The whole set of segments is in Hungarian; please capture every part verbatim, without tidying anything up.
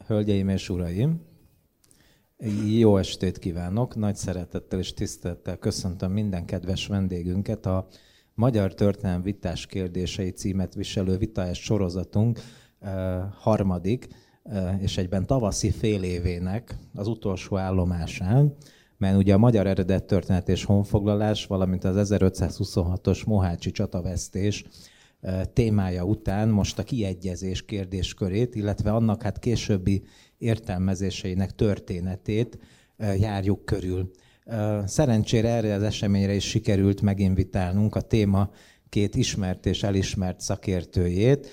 Hölgyeim és uraim! Jó estét kívánok! Nagy szeretettel és tisztelettel köszöntöm minden kedves vendégünket a Magyar Történelem vitás kérdései címet viselő vitás sorozatunk eh, harmadik eh, és egyben tavaszi fél évének az utolsó állomásán, mert ugye a magyar eredet történet és honfoglalás, valamint az ezerötszázhuszonhatos mohácsi csatavesztés témája után most a kiegyezés kérdéskörét, illetve annak hát későbbi értelmezéseinek történetét járjuk körül. Szerencsére erre az eseményre is sikerült meginvitálnunk a téma két ismert és elismert szakértőjét,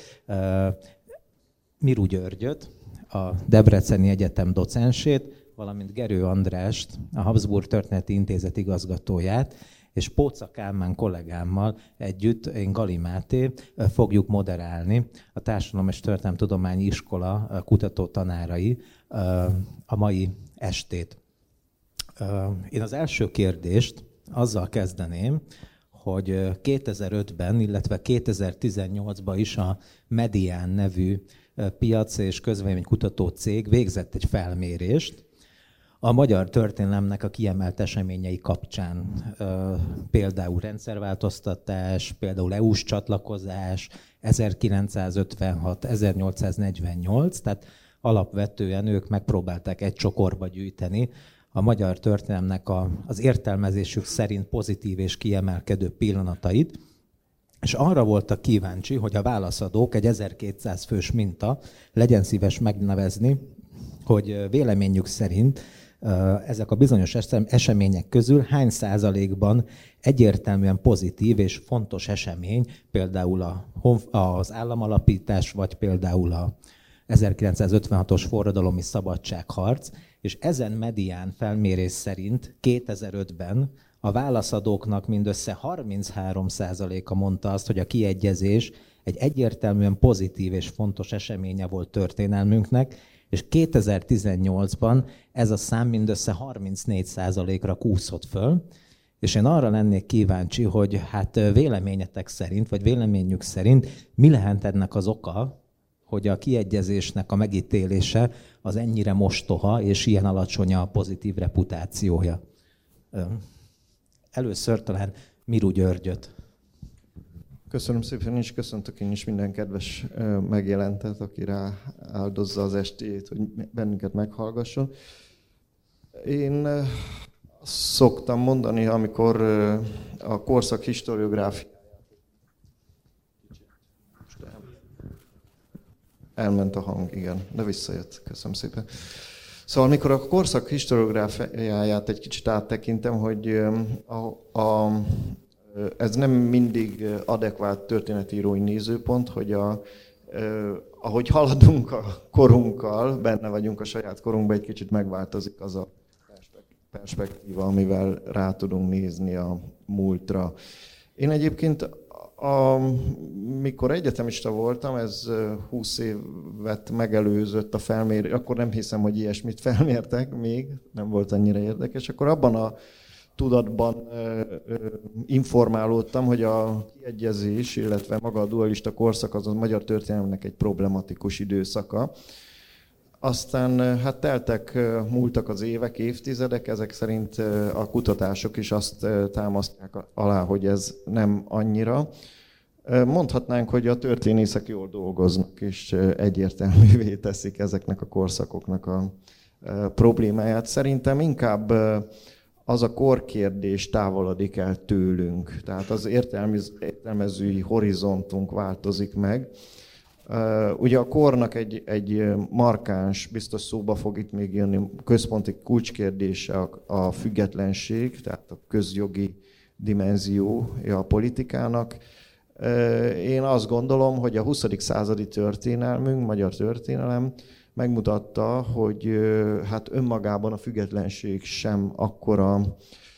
Miru Györgyöt, a Debreceni Egyetem docensét, valamint Gerő Andrást, a Habsburg Történeti Intézet igazgatóját, és Póca Kálmán kollégámmal együtt, én Gali Máté, fogjuk moderálni a Társadalom- és Történelemtudományi Iskola kutatótanárai a mai estét. Én az első kérdést azzal kezdeném, hogy kétezer-ötben, illetve kétezer-tizennyolcban is a Medián nevű piac- és közvéleménykutató cég végzett egy felmérést a magyar történelemnek a kiemelt eseményei kapcsán, például rendszerváltoztatás, például é u-s csatlakozás, ezerkilencszázötvenhat ezernyolcszáznegyvennyolc, tehát alapvetően ők megpróbálták egy csokorba gyűjteni a magyar történelemnek a, az értelmezésük szerint pozitív és kiemelkedő pillanatait, és arra voltak kíváncsi, hogy a válaszadók, egy ezerkétszáz fős minta, legyen szíves megnevezni, hogy véleményük szerint ezek a bizonyos események közül hány százalékban egyértelműen pozitív és fontos esemény, például a, az államalapítás, vagy például a ezerkilencszázötvenhatos forradalomi szabadságharc, és ezen medián felmérés szerint kétezer-ötben a válaszadóknak mindössze harminchárom százaléka mondta azt, hogy a kiegyezés egy egyértelműen pozitív és fontos eseménye volt történelmünknek, és kétezer-tizennyolcban ez a szám mindössze harmincnégy százalékra kúszott föl, és én arra lennék kíváncsi, hogy hát véleményetek szerint, vagy véleményük szerint mi lehet ennek az oka, hogy a kiegyezésnek a megítélése az ennyire mostoha, és ilyen alacsony a pozitív reputációja. Először talán Miru Györgyöt. Köszönöm szépen, és köszöntök én is minden kedves megjelentet, aki rá áldozza az estét, hogy bennünket meghallgasson. Én szoktam mondani, amikor a korszak historiográfiáját... Elment a hang, igen, de visszajött. Köszönöm szépen. Szóval amikor a korszak historiográfiáját egy kicsit áttekintem, hogy a, a ez nem mindig adekvát történetírói nézőpont, hogy a, eh, ahogy haladunk a korunkkal, benne vagyunk a saját korunkban, egy kicsit megváltozik az a perspektíva, amivel rá tudunk nézni a múltra. Én egyébként, amikor egyetemista voltam, ez húsz évet megelőzött a felmérés, akkor nem hiszem, hogy ilyesmit felmértek még, nem volt annyira érdekes, akkor abban a tudatban ö, ö, informálódtam, hogy a kiegyezés, illetve maga a dualista korszak az a magyar történelemnek egy problematikus időszaka. Aztán hát teltek, múltak az évek, évtizedek, ezek szerint a kutatások is azt támasztják alá, hogy ez nem annyira. Mondhatnánk, hogy a történészek jól dolgoznak, és egyértelművé teszik ezeknek a korszakoknak a problémáját. Szerintem inkább az a korkérdés távolodik el tőlünk. Tehát az értelmez, értelmezői horizontunk változik meg. Ugye a kornak egy, egy markáns, biztos szóba fog itt még jönni, központi kulcskérdése a, a függetlenség, tehát a közjogi dimenziója a politikának. Én azt gondolom, hogy a huszadik századi történelmünk, magyar történelem megmutatta, hogy hát önmagában a függetlenség sem akkora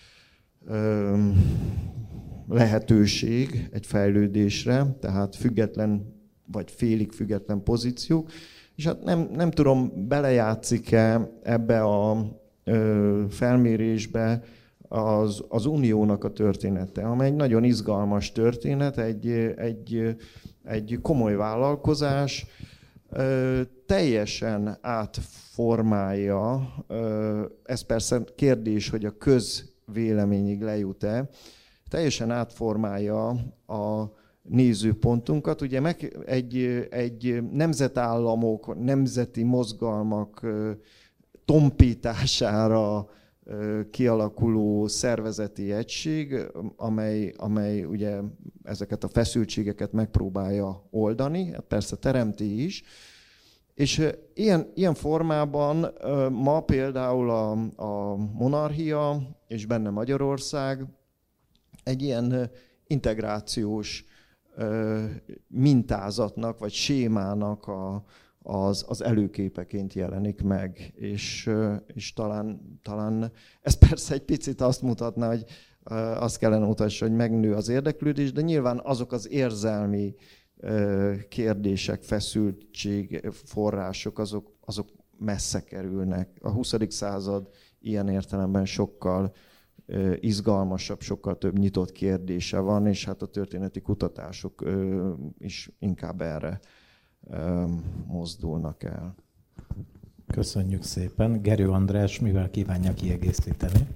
lehetőség egy fejlődésre, tehát független vagy félig független pozíciók, és hát nem, nem tudom, belejátszik-e ebbe a ö, felmérésbe az, az uniónak a története, amely egy nagyon izgalmas történet, egy, egy, egy komoly vállalkozás, teljesen átformálja, ez persze kérdés, hogy a közvéleményig lejut-e, teljesen átformálja a nézőpontunkat. Ugye meg egy, egy nemzetállamok, nemzeti mozgalmak tompítására kialakuló szervezeti egység, amely, amely ugye ezeket a feszültségeket megpróbálja oldani, persze teremti is. És ilyen, ilyen formában ma például a, a monarchia, és benne Magyarország egy ilyen integrációs mintázatnak, vagy sémának a, az, az előképeként jelenik meg. És, és talán, talán ez persze egy picit azt mutatná, hogy azt kellene mutatni, hogy megnő az érdeklődés, de nyilván azok az érzelmi kérdések, feszültség, források, azok, azok messze kerülnek. A huszadik század ilyen értelemben sokkal izgalmasabb, sokkal több nyitott kérdése van, és hát a történeti kutatások is inkább erre mozdulnak el. Köszönjük szépen. Gerő András, mivel kívánja kiegészíteni?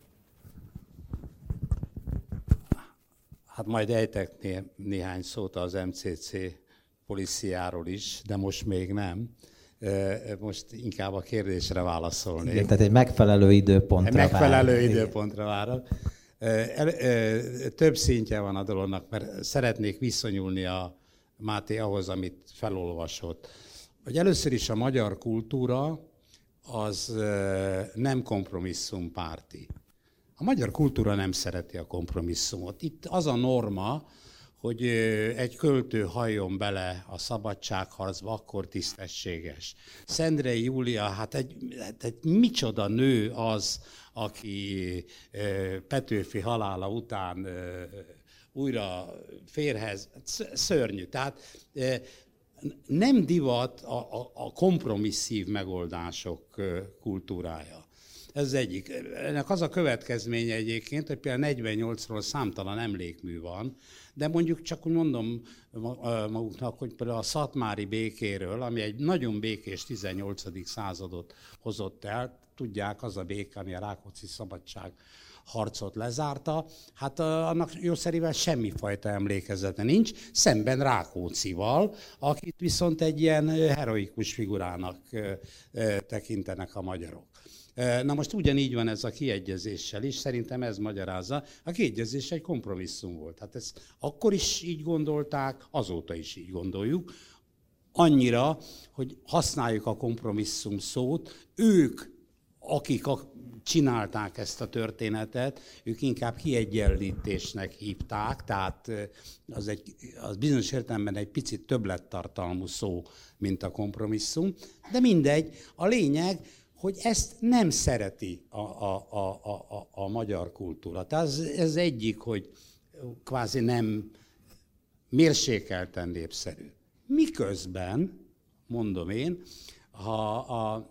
Hát majd ejtek né- néhány szót az em cé cé policiáról is, de most még nem. Most inkább a kérdésre válaszolnék. Igen, tehát egy megfelelő időpontra vár. Megfelelő vár. időpontra várok. Több szintje van a dolognak, mert szeretnék viszonyulni a Máté ahhoz, amit felolvasott. Hogy először is a magyar kultúra az nem kompromisszumpárti. A magyar kultúra nem szereti a kompromisszumot. Itt az a norma, hogy egy költő halljon bele a szabadságharcba, akkor tisztességes. Szendrei Júlia, hát egy, egy micsoda nő az, aki Petőfi halála után újra férhez, szörnyű. Tehát nem divat a, a, a kompromisszív megoldások kultúrája. Ez az egyik. Ennek az a következménye egyébként, hogy például negyvennyolcról számtalan emlékmű van, de mondjuk csak úgy mondom maguknak, hogy például a szatmári békéről, ami egy nagyon békés tizennyolcadik századot hozott el, tudják, az a béke, ami a Rákóczi szabadság harcot lezárta, hát annak jószerivel semmifajta emlékezete nincs, szemben Rákóczival, akit viszont egy ilyen heroikus figurának tekintenek a magyarok. Na most ugyanígy van ez a kiegyezéssel is, szerintem ez magyarázza. A kiegyezés egy kompromisszum volt. Hát ezt akkor is így gondolták, azóta is így gondoljuk. Annyira, hogy használjuk a kompromisszum szót, ők, akik a, csinálták ezt a történetet, ők inkább kiegyenlítésnek hívták, tehát az, egy, az bizonyos értelemben egy picit többlettartalmú szó, mint a kompromisszum. De mindegy, a lényeg, hogy ezt nem szereti a, a, a, a, a magyar kultúra. Tehát ez, ez egyik, hogy kvázi nem mérsékelten népszerű. Miközben, mondom én, ha a,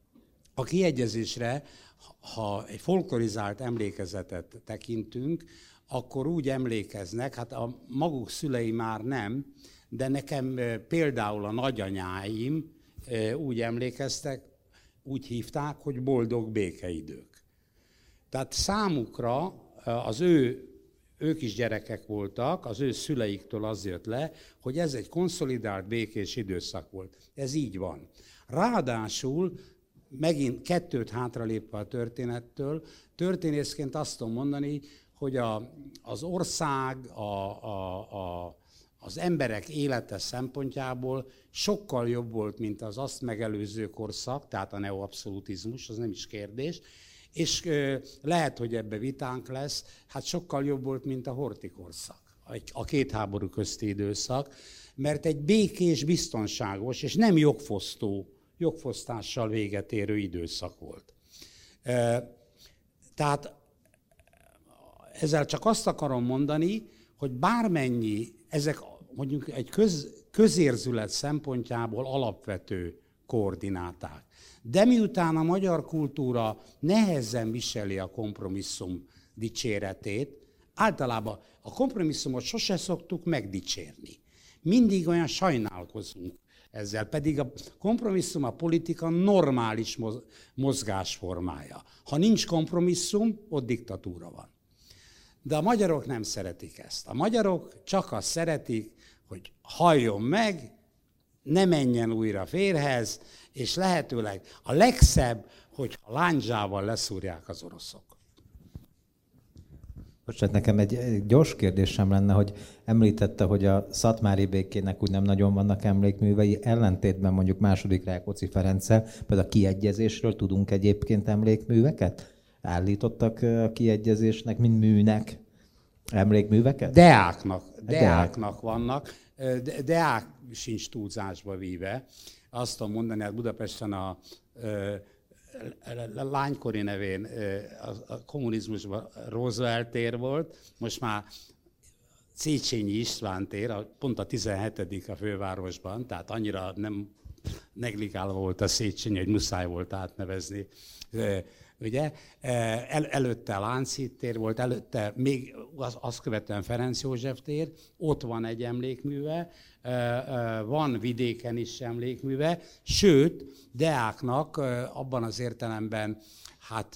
a kiegyezésre, ha egy folklorizált emlékezetet tekintünk, akkor úgy emlékeznek, hát a maguk szülei már nem, de nekem például a nagyanyáim úgy emlékeztek, úgy hívták, hogy boldog békeidők. Tehát számukra az ő, ők is gyerekek voltak, az ő szüleiktől az jött le, hogy ez egy konszolidált békés időszak volt. Ez így van. Ráadásul, megint kettőt hátralépve a történettől, történészként azt tudom mondani, hogy a, az ország, a, a, a az emberek élete szempontjából sokkal jobb volt, mint az azt megelőző korszak, tehát a neoabszolutizmus, az nem is kérdés, és lehet, hogy ebbe vitánk lesz, hát sokkal jobb volt, mint a horthy korszak, a két háború közti időszak, mert egy békés, biztonságos és nem jogfosztó, jogfosztással véget érő időszak volt. Tehát ezzel csak azt akarom mondani, hogy bármennyi ezek mondjuk egy köz, közérzület szempontjából alapvető koordináták. De miután a magyar kultúra nehezen viseli a kompromisszum dicséretét, általában a kompromisszumot sose szoktuk megdicsérni. Mindig olyan sajnálkozunk ezzel, pedig a kompromisszum a politika normális mozgásformája. Ha nincs kompromisszum, ott diktatúra van. De a magyarok nem szeretik ezt. A magyarok csak azt szeretik, hogy halljon meg, ne menjen újra férhez, és lehetőleg a legszebb, hogyha lándzsával leszúrják az oroszok. Most nekem egy gyors kérdésem lenne, hogy említette, hogy a szatmári békének úgy nem nagyon vannak emlékművei, ellentétben mondjuk második Rákóczi Ferenccel, például a kiegyezésről tudunk egyébként emlékműveket? Állítottak a kiegyezésnek, mint műnek emlékműveket? Deáknak, deáknak vannak, de, deák sincs túlzásba víve. Azt tudom mondani, hogy Budapesten a lánykori nevén a kommunizmusban Roosevelt tér volt, most már Széchenyi István tér, pont a tizenhetedik a fővárosban, tehát annyira nem negligálva volt a Széchenyi, hogy muszáj volt átnevezni. Ugye? El, előtte a Lánchíd tér volt, előtte még az, azt követően Ferenc József tér, ott van egy emlékműve, van vidéken is emlékműve, sőt, deáknak abban az értelemben hát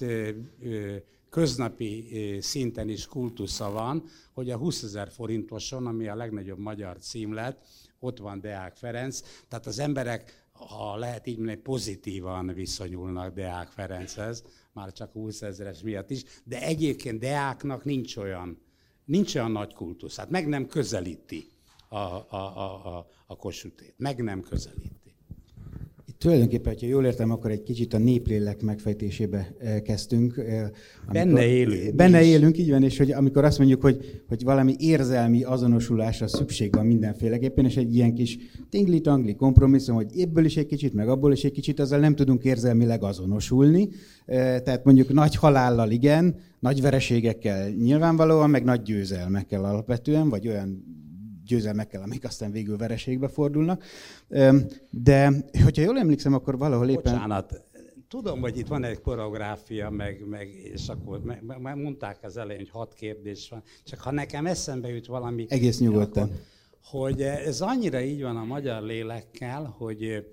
köznapi szinten is kultusza van, hogy a húszezer forintoson, ami a legnagyobb magyar címlet, ott van Deák Ferenc, tehát az emberek, ha lehet így mondani, pozitívan viszonyulnak Deák Ferenchez, már csak húszezeres miatt is, de egyébként Deáknak nincs olyan, nincs olyan nagy kultusz, hát meg nem közelíti a, a, a, a, a Kossuthét, meg nem közelíti. Itt tulajdonképpen, ha jól értem, akkor egy kicsit a néplélek megfejtésébe kezdtünk. Benne élünk. Benne élünk, így van, és hogy amikor azt mondjuk, hogy, hogy valami érzelmi azonosulásra szükség van mindenféleképpen, és egy ilyen kis tingli-tangli kompromisszum, hogy ebből is egy kicsit, meg abból is egy kicsit, azzal nem tudunk érzelmileg azonosulni. Tehát mondjuk nagy halállal igen, nagy vereségekkel nyilvánvalóan, meg nagy győzelmekkel alapvetően, vagy olyan győzelmekkel, amik aztán végül vereségbe fordulnak. De, hogyha jól emlékszem, akkor valahol éppen... Bocsánat, tudom, hogy itt van egy koreográfia, meg, meg, és akkor meg, meg mondták az elején, hogy hat kérdés van, csak ha nekem eszembe jut valami... Egész nyugodtan. Akkor, hogy ez annyira így van a magyar lélekkel, hogy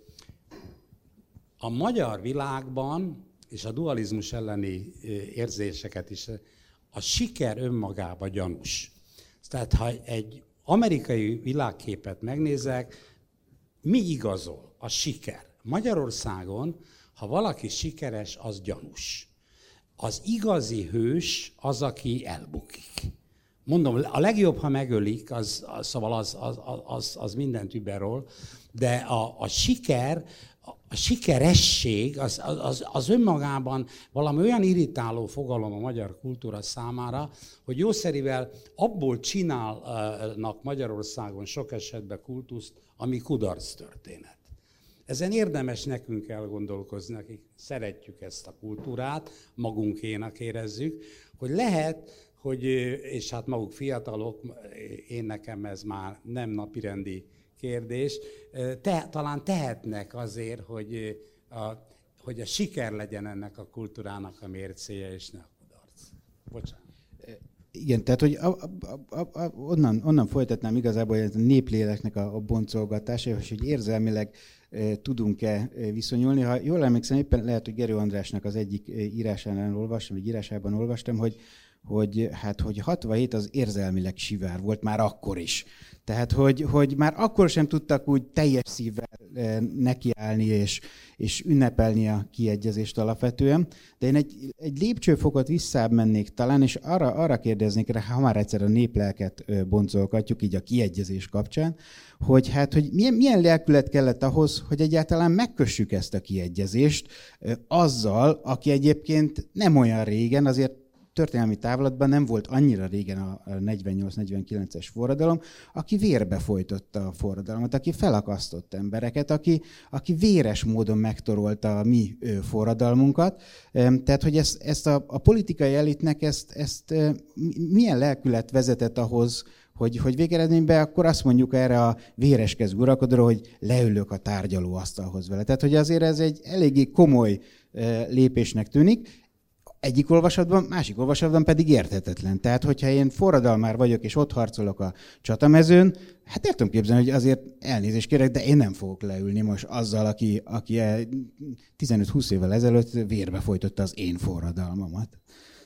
a magyar világban, és a dualizmus elleni érzéseket is, a siker önmagában gyanús. Tehát ha egy amerikai világképet megnézek, mi igazol? A siker. Magyarországon, ha valaki sikeres, az gyanús. Az igazi hős az, aki elbukik. Mondom, a legjobb, ha megölik, az, az, szóval az, az, az, az mindent überol, de a, a siker, a sikeresség az, az, az önmagában valami olyan irritáló fogalom a magyar kultúra számára, hogy jószerivel abból csinálnak Magyarországon sok esetben kultuszt, ami kudarc történet. Ezen érdemes nekünk elgondolkozni, akik szeretjük ezt a kultúrát, magunkénak érezzük, hogy lehet, hogy, és hát maguk fiatalok, én nekem ez már nem napirendi kérdés, te, talán tehetnek azért, hogy a, hogy a siker legyen ennek a kultúrának a mércéje, és ne a kudarc. Bocsánat. Igen, tehát hogy a, a, a, a, onnan, onnan folytatnám igazából a népléleknek a, a boncolgatása, és hogy érzelmileg e, tudunk-e viszonyulni. Ha jól emlékszem, éppen lehet, hogy Gerő Andrásnak az egyik írásánál olvastam, vagy írásában olvastam, hogy hogy hát hogy hatvanhét az érzelmileg sivár volt már akkor is. Tehát, hogy, hogy már akkor sem tudtak úgy teljes szívvel nekiállni és, és ünnepelni a kiegyezést alapvetően. De én egy, egy lépcsőfokot visszább mennék talán, és arra, arra kérdeznék rá, ha már egyszer a néplelket boncolgatjuk, így a kiegyezés kapcsán, hogy hát, hogy milyen, milyen lelkület kellett ahhoz, hogy egyáltalán megkössük ezt a kiegyezést azzal, aki egyébként nem olyan régen, azért történelmi távlatban nem volt annyira régen a negyvennyolc negyvenkilences forradalom, aki vérbe folytotta a forradalmat, aki felakasztott embereket, aki, aki véres módon megtorolta a mi forradalmunkat. Tehát, hogy ezt, ezt a, a politikai elitnek ezt, ezt milyen lelkület vezetett ahhoz, hogy, hogy végeredményben akkor azt mondjuk erre a véreskező uralkodóra, hogy leülök a tárgyalóasztalhoz vele. Tehát, hogy azért ez egy eléggé komoly lépésnek tűnik, egyik olvasatban, másik olvasatban pedig érthetetlen. Tehát, hogyha én forradalmár vagyok, és ott harcolok a csatamezőn, hát el tudom képzelni, hogy azért elnézést kérek, de én nem fogok leülni most azzal, aki, aki tizenöt-húsz évvel ezelőtt vérbe folytotta az én forradalmamat.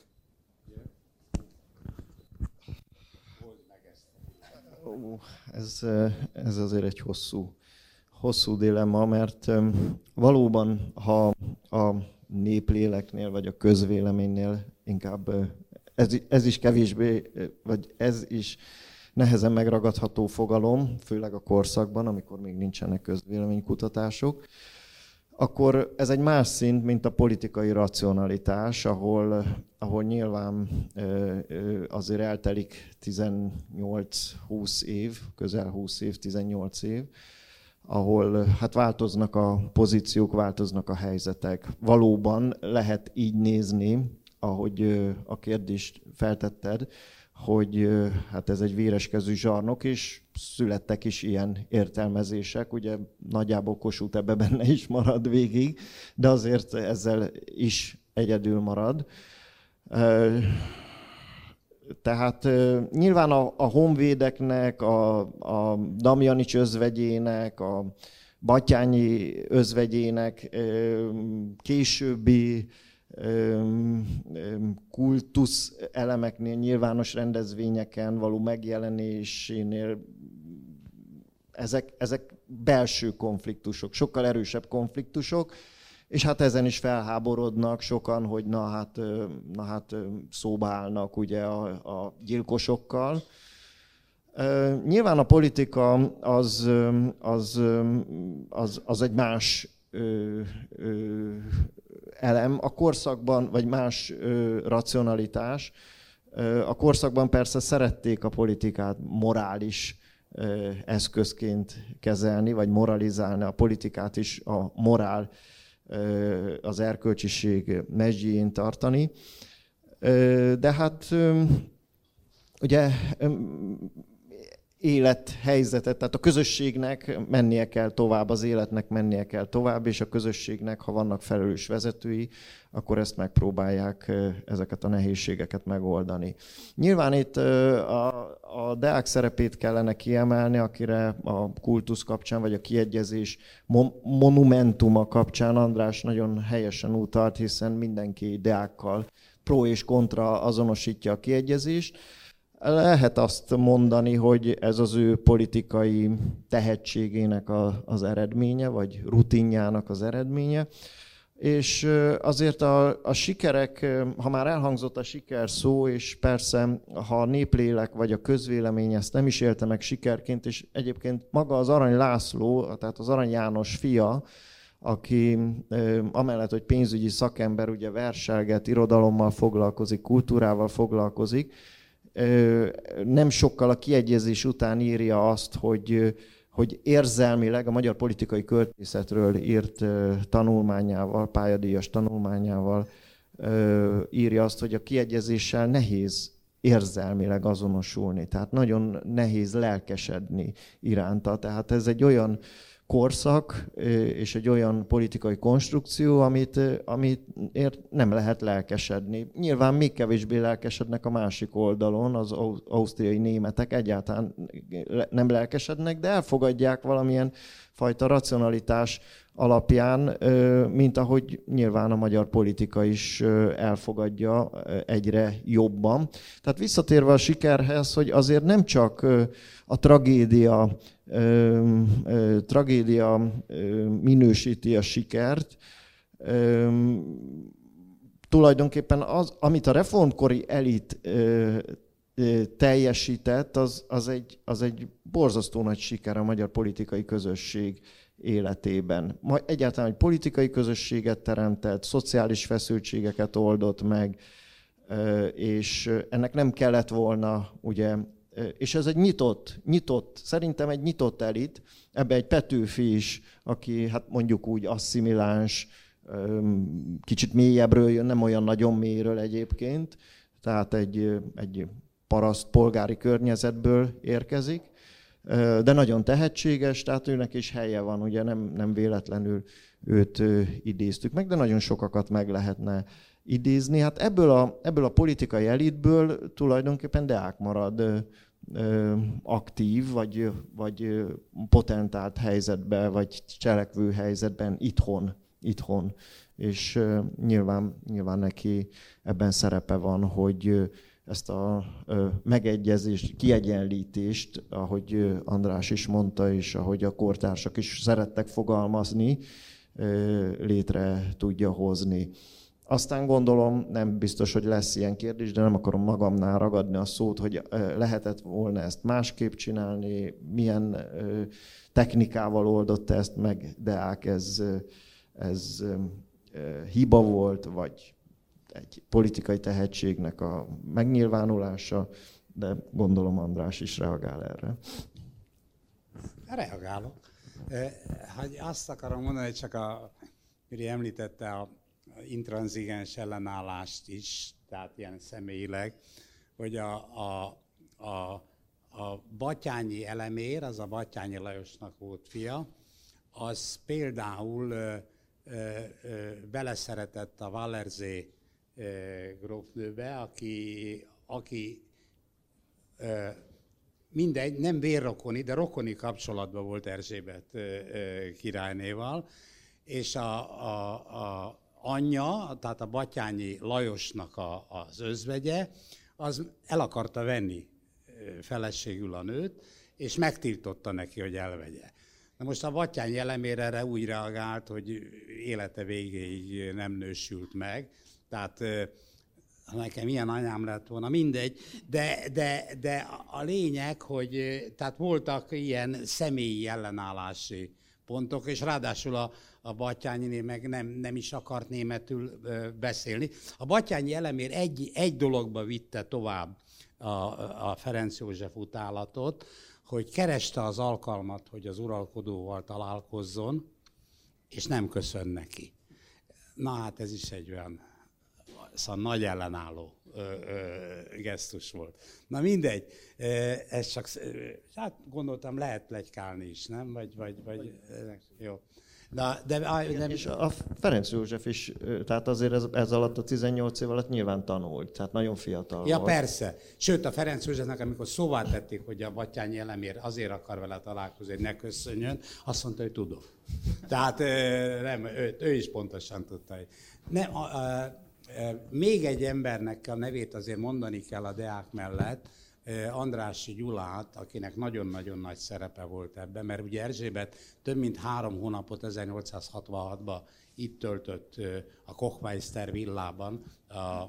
Ó, ez, ez azért egy hosszú, hosszú dilemma, mert valóban, ha a népléleknél, vagy a közvéleménynél inkább ez, ez is kevésbé, vagy ez is nehezen megragadható fogalom, főleg a korszakban, amikor még nincsenek közvéleménykutatások, akkor ez egy más szint, mint a politikai racionalitás, ahol, ahol nyilván azért eltelik tizennyolc-húsz év, közel húsz év, tizennyolc év, ahol hát változnak a pozíciók, változnak a helyzetek. Valóban lehet így nézni, ahogy a kérdést feltetted, hogy hát ez egy véreskezű zsarnok, és születtek is ilyen értelmezések, ugye nagyjából Kossuth ebbe benne is marad végig, de azért ezzel is egyedül marad. Tehát nyilván a, a honvédeknek, a, a Damjanics özvegyének, a Batthyány özvegyének későbbi kultusz elemeknél, nyilvános rendezvényeken való megjelenésénél ezek, ezek belső konfliktusok, sokkal erősebb konfliktusok, és hát ezen is felháborodnak sokan, hogy na hát, na hát szóba állnak ugye a, a gyilkosokkal. Nyilván a politika az, az, az, az egy más ö, ö, elem, a korszakban, vagy más ö, racionalitás. A korszakban persze szerették a politikát morális ö, eszközként kezelni, vagy moralizálni, a politikát is a morál, ö, az erkölcsiség mezsdjén tartani. Ö, de hát ö, ugye ö, élethelyzetet, tehát a közösségnek mennie kell tovább, az életnek mennie kell tovább, és a közösségnek, ha vannak felelős vezetői, akkor ezt megpróbálják ezeket a nehézségeket megoldani. Nyilván itt a, a Deák szerepét kellene kiemelni, akire a kultusz kapcsán, vagy a kiegyezés monumentuma kapcsán András nagyon helyesen utalt, hiszen mindenki Deákkal pro és kontra azonosítja a kiegyezést. Lehet azt mondani, hogy ez az ő politikai tehetségének a, az eredménye, vagy rutinjának az eredménye. És azért a, a sikerek, ha már elhangzott a siker szó, és persze, ha a néplélek vagy a közvélemény ezt nem is élte meg sikerként, és egyébként maga az Arany László, tehát az Arany János fia, aki amellett, hogy pénzügyi szakember, ugye verselget, irodalommal foglalkozik, kultúrával foglalkozik, nem sokkal a kiegyezés után írja azt, hogy, hogy érzelmileg a magyar politikai költészetről írt tanulmányával, pályadíjas tanulmányával írja azt, hogy a kiegyezéssel nehéz érzelmileg azonosulni. Tehát nagyon nehéz lelkesedni iránta. Tehát ez egy olyan korszak és egy olyan politikai konstrukció, amit, amit nem lehet lelkesedni. Nyilván még kevésbé lelkesednek a másik oldalon, az ausztriai németek egyáltalán nem lelkesednek, de elfogadják valamilyen fajta racionalitás alapján, mint ahogy nyilván a magyar politika is elfogadja egyre jobban. Tehát visszatérve a sikerhez, hogy azért nem csak a tragédia, tragédia minősíti a sikert, tulajdonképpen az, amit a reformkori elit teljesített, az, az, egy, az egy borzasztó nagy siker a magyar politikai közösség életében. Egyáltalán egy politikai közösséget teremtett, szociális feszültségeket oldott meg, és ennek nem kellett volna, ugye, és ez egy nyitott, nyitott, szerintem egy nyitott elit, ebbe egy Petőfi is, aki hát mondjuk úgy asszimiláns, kicsit mélyebbről jön, nem olyan nagyon mélyről egyébként, tehát egy, egy paraszt polgári környezetből érkezik, de nagyon tehetséges, tehát őnek is helye van, ugye nem, nem véletlenül őt idéztük meg, de nagyon sokakat meg lehetne idézni. Hát ebből a, ebből a politikai elitből tulajdonképpen Deák marad aktív, vagy, vagy potentált helyzetben, vagy cselekvő helyzetben itthon. itthon. És nyilván, nyilván neki ebben szerepe van, hogy ezt a megegyezést, kiegyenlítést, ahogy András is mondta, és ahogy a kortársak is szerettek fogalmazni, létre tudja hozni. Aztán gondolom, nem biztos, hogy lesz ilyen kérdés, de nem akarom magamnál ragadni a szót, hogy lehetett volna ezt másképp csinálni, milyen technikával oldotta ezt meg Deák, ez, ez hiba volt, vagy egy politikai tehetségnek a megnyilvánulása, de gondolom András is reagál erre. Reagálok. Hogy azt akarom mondani, hogy csak a Jüri említette a intranzigens ellenállást is, tehát ilyen személyileg, hogy a, a, a, a Batthyány Elemér, az a Batthyány Lajosnak volt fia, az például ö, ö, ö, beleszeretett a Wallersee grófnőbe, aki, aki ö, mindegy, nem vérrokoni, de rokoni kapcsolatban volt Erzsébet ö, ö, királynéval, és a, a, a anyja, tehát a Batthyányi Lajosnak a, az özvegye, az el akarta venni feleségül a nőt, és megtiltotta neki, hogy elvegye. Na most a Batthyány Elemér erre úgy reagált, hogy élete végéig nem nősült meg, tehát nekem ilyen anyám lett volna, mindegy, de, de, de a lényeg, hogy tehát voltak ilyen személyi ellenállási pontok, és ráadásul a, a Batthyányiné meg nem, nem is akart németül ö, beszélni. A Batthyányi Elemér egy, egy dologba vitte tovább a, a Ferenc József utálatot, hogy kereste az alkalmat, hogy az uralkodóval találkozzon, és nem köszön neki. Na hát ez is egy olyan szóval nagy ellenálló ö, ö, gesztus volt. Na mindegy, ez csak, hát gondoltam lehet pletykálni is, nem? Vagy, vagy, vagy, jó. De, de, nem is a Ferenc József is, tehát azért ez, ez alatt a tizennyolc év alatt nyilván tanult, tehát nagyon fiatal ja, volt. Ja persze. Sőt, a Ferenc Józsefnek, amikor szóvá tették, hogy a Batthyány Elemér azért akar vele találkozni, hogy ne köszönjön, azt mondta, hogy tudom. Tehát nem, ő, ő is pontosan tudta. Hogy nem, a, a, még egy embernek a nevét azért mondani kell a Deák mellett, Andrássy Gyulát, akinek nagyon-nagyon nagy szerepe volt ebben, mert ugye Erzsébet több mint három hónapot ezernyolcszázhatvanhatban itt töltött a Kochmeister villában, a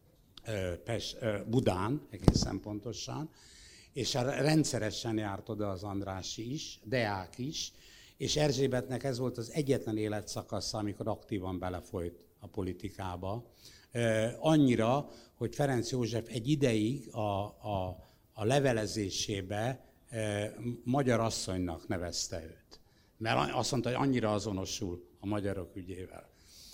Pest, Budán egészen pontosan, és rendszeresen járt oda az Andrássy is, Deák is, és Erzsébetnek ez volt az egyetlen életszakasza, amikor aktívan belefolyt a politikába. Annyira, hogy Ferenc József egy ideig a, a, a levelezésébe magyar asszonynak nevezte őt. Mert azt mondta, hogy annyira azonosul a magyarok ügyével.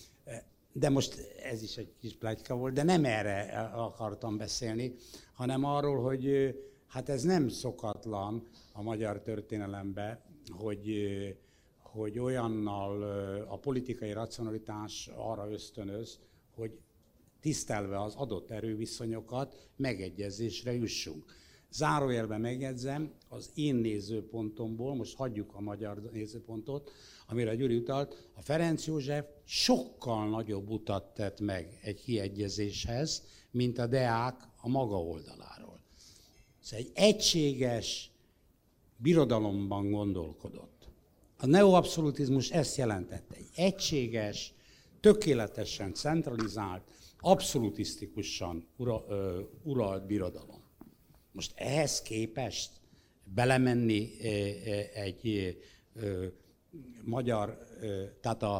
De most ez is egy kis pletyka volt, de nem erre akartam beszélni, hanem arról, hogy hát ez nem szokatlan a magyar történelemben, hogy, hogy olyannal a politikai racionalitás arra ösztönöz, hogy tisztelve az adott erőviszonyokat, megegyezésre jussunk. Zárójelben megjegyzem, az én nézőpontomból, most hagyjuk a magyar nézőpontot, amire a Gyuri utalt, a Ferenc József sokkal nagyobb utat tett meg egy kiegyezéshez, mint a Deák a maga oldaláról. Szóval egy egységes birodalomban gondolkodott. A neoabszolutizmus ezt jelentette, egy egységes, tökéletesen centralizált, abszolutisztikusan ura, ö, uralt birodalom. Most ehhez képest belemenni ö, ö, egy ö, magyar, ö, tehát a,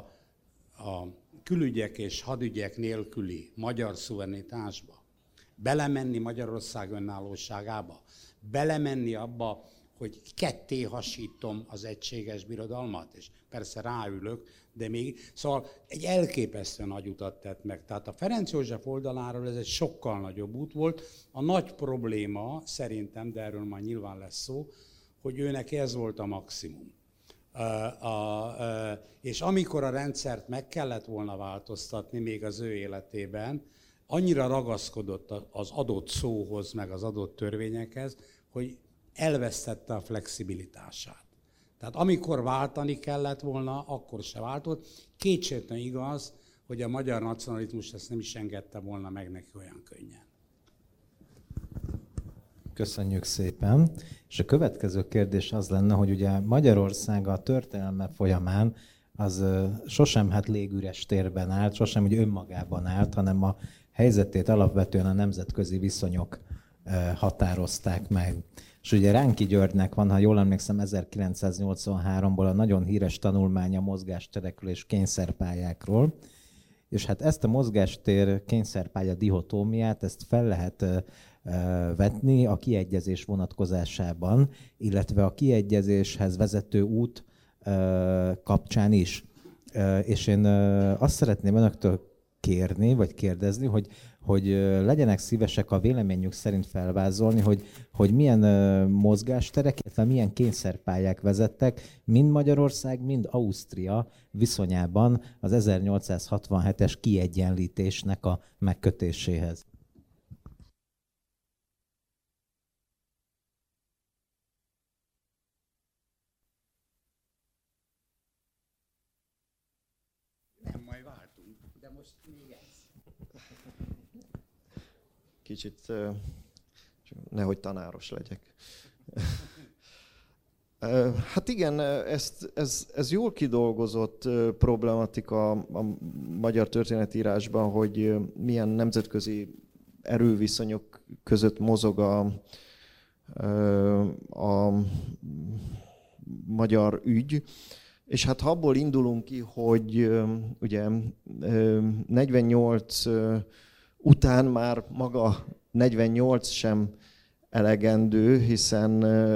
a külügyek és hadügyek nélküli magyar szuverenitásba, belemenni Magyarország önállóságába, belemenni abba, hogy ketté hasítom az egységes birodalmat, és persze ráülök, de még, szóval egy elképesztő nagy utat tett meg. Tehát a Ferenc József oldaláról ez egy sokkal nagyobb út volt. A nagy probléma szerintem, de erről már nyilván lesz szó, hogy őnek ez volt a maximum. A, a, a, és amikor a rendszert meg kellett volna változtatni még az ő életében, annyira ragaszkodott az adott szóhoz, meg az adott törvényekhez, hogy elvesztette a flexibilitását. Tehát amikor váltani kellett volna, akkor se váltott. Kétségtelen igaz, hogy a magyar nacionalizmus ezt nem is engedte volna meg neki olyan könnyen. Köszönjük szépen. És a következő kérdés az lenne, hogy ugye Magyarország a történelme folyamán az sosem hát légüres térben állt, sosem ugye önmagában állt, hanem a helyzetét alapvetően a nemzetközi viszonyok határozták meg. És ugye Ránki Györgynek van, ha jól emlékszem, ezerkilencszáznyolcvanháromból a nagyon híres tanulmánya mozgásterekről és kényszerpályákról, és hát ezt a mozgástér kényszerpálya dihotómiát, ezt fel lehet vetni a kiegyezés vonatkozásában, illetve a kiegyezéshez vezető út kapcsán is. És én azt szeretném önöktől kérni, vagy kérdezni, hogy, hogy legyenek szívesek a véleményük szerint felvázolni, hogy, hogy milyen mozgásterek, illetve milyen kényszerpályák vezettek mind Magyarország, mind Ausztria viszonyában az ezernyolcszázhatvanhetes kiegyenlítésnek a megkötéséhez. Kicsit, nehogy tanáros legyek. Hát igen, ez, ez, ez jól kidolgozott problematika a magyar történetírásban, hogy milyen nemzetközi erőviszonyok között mozog a, a magyar ügy. És hát ha abból indulunk ki, hogy ugye negyvennyolc után már maga negyvennyolc sem elegendő, hiszen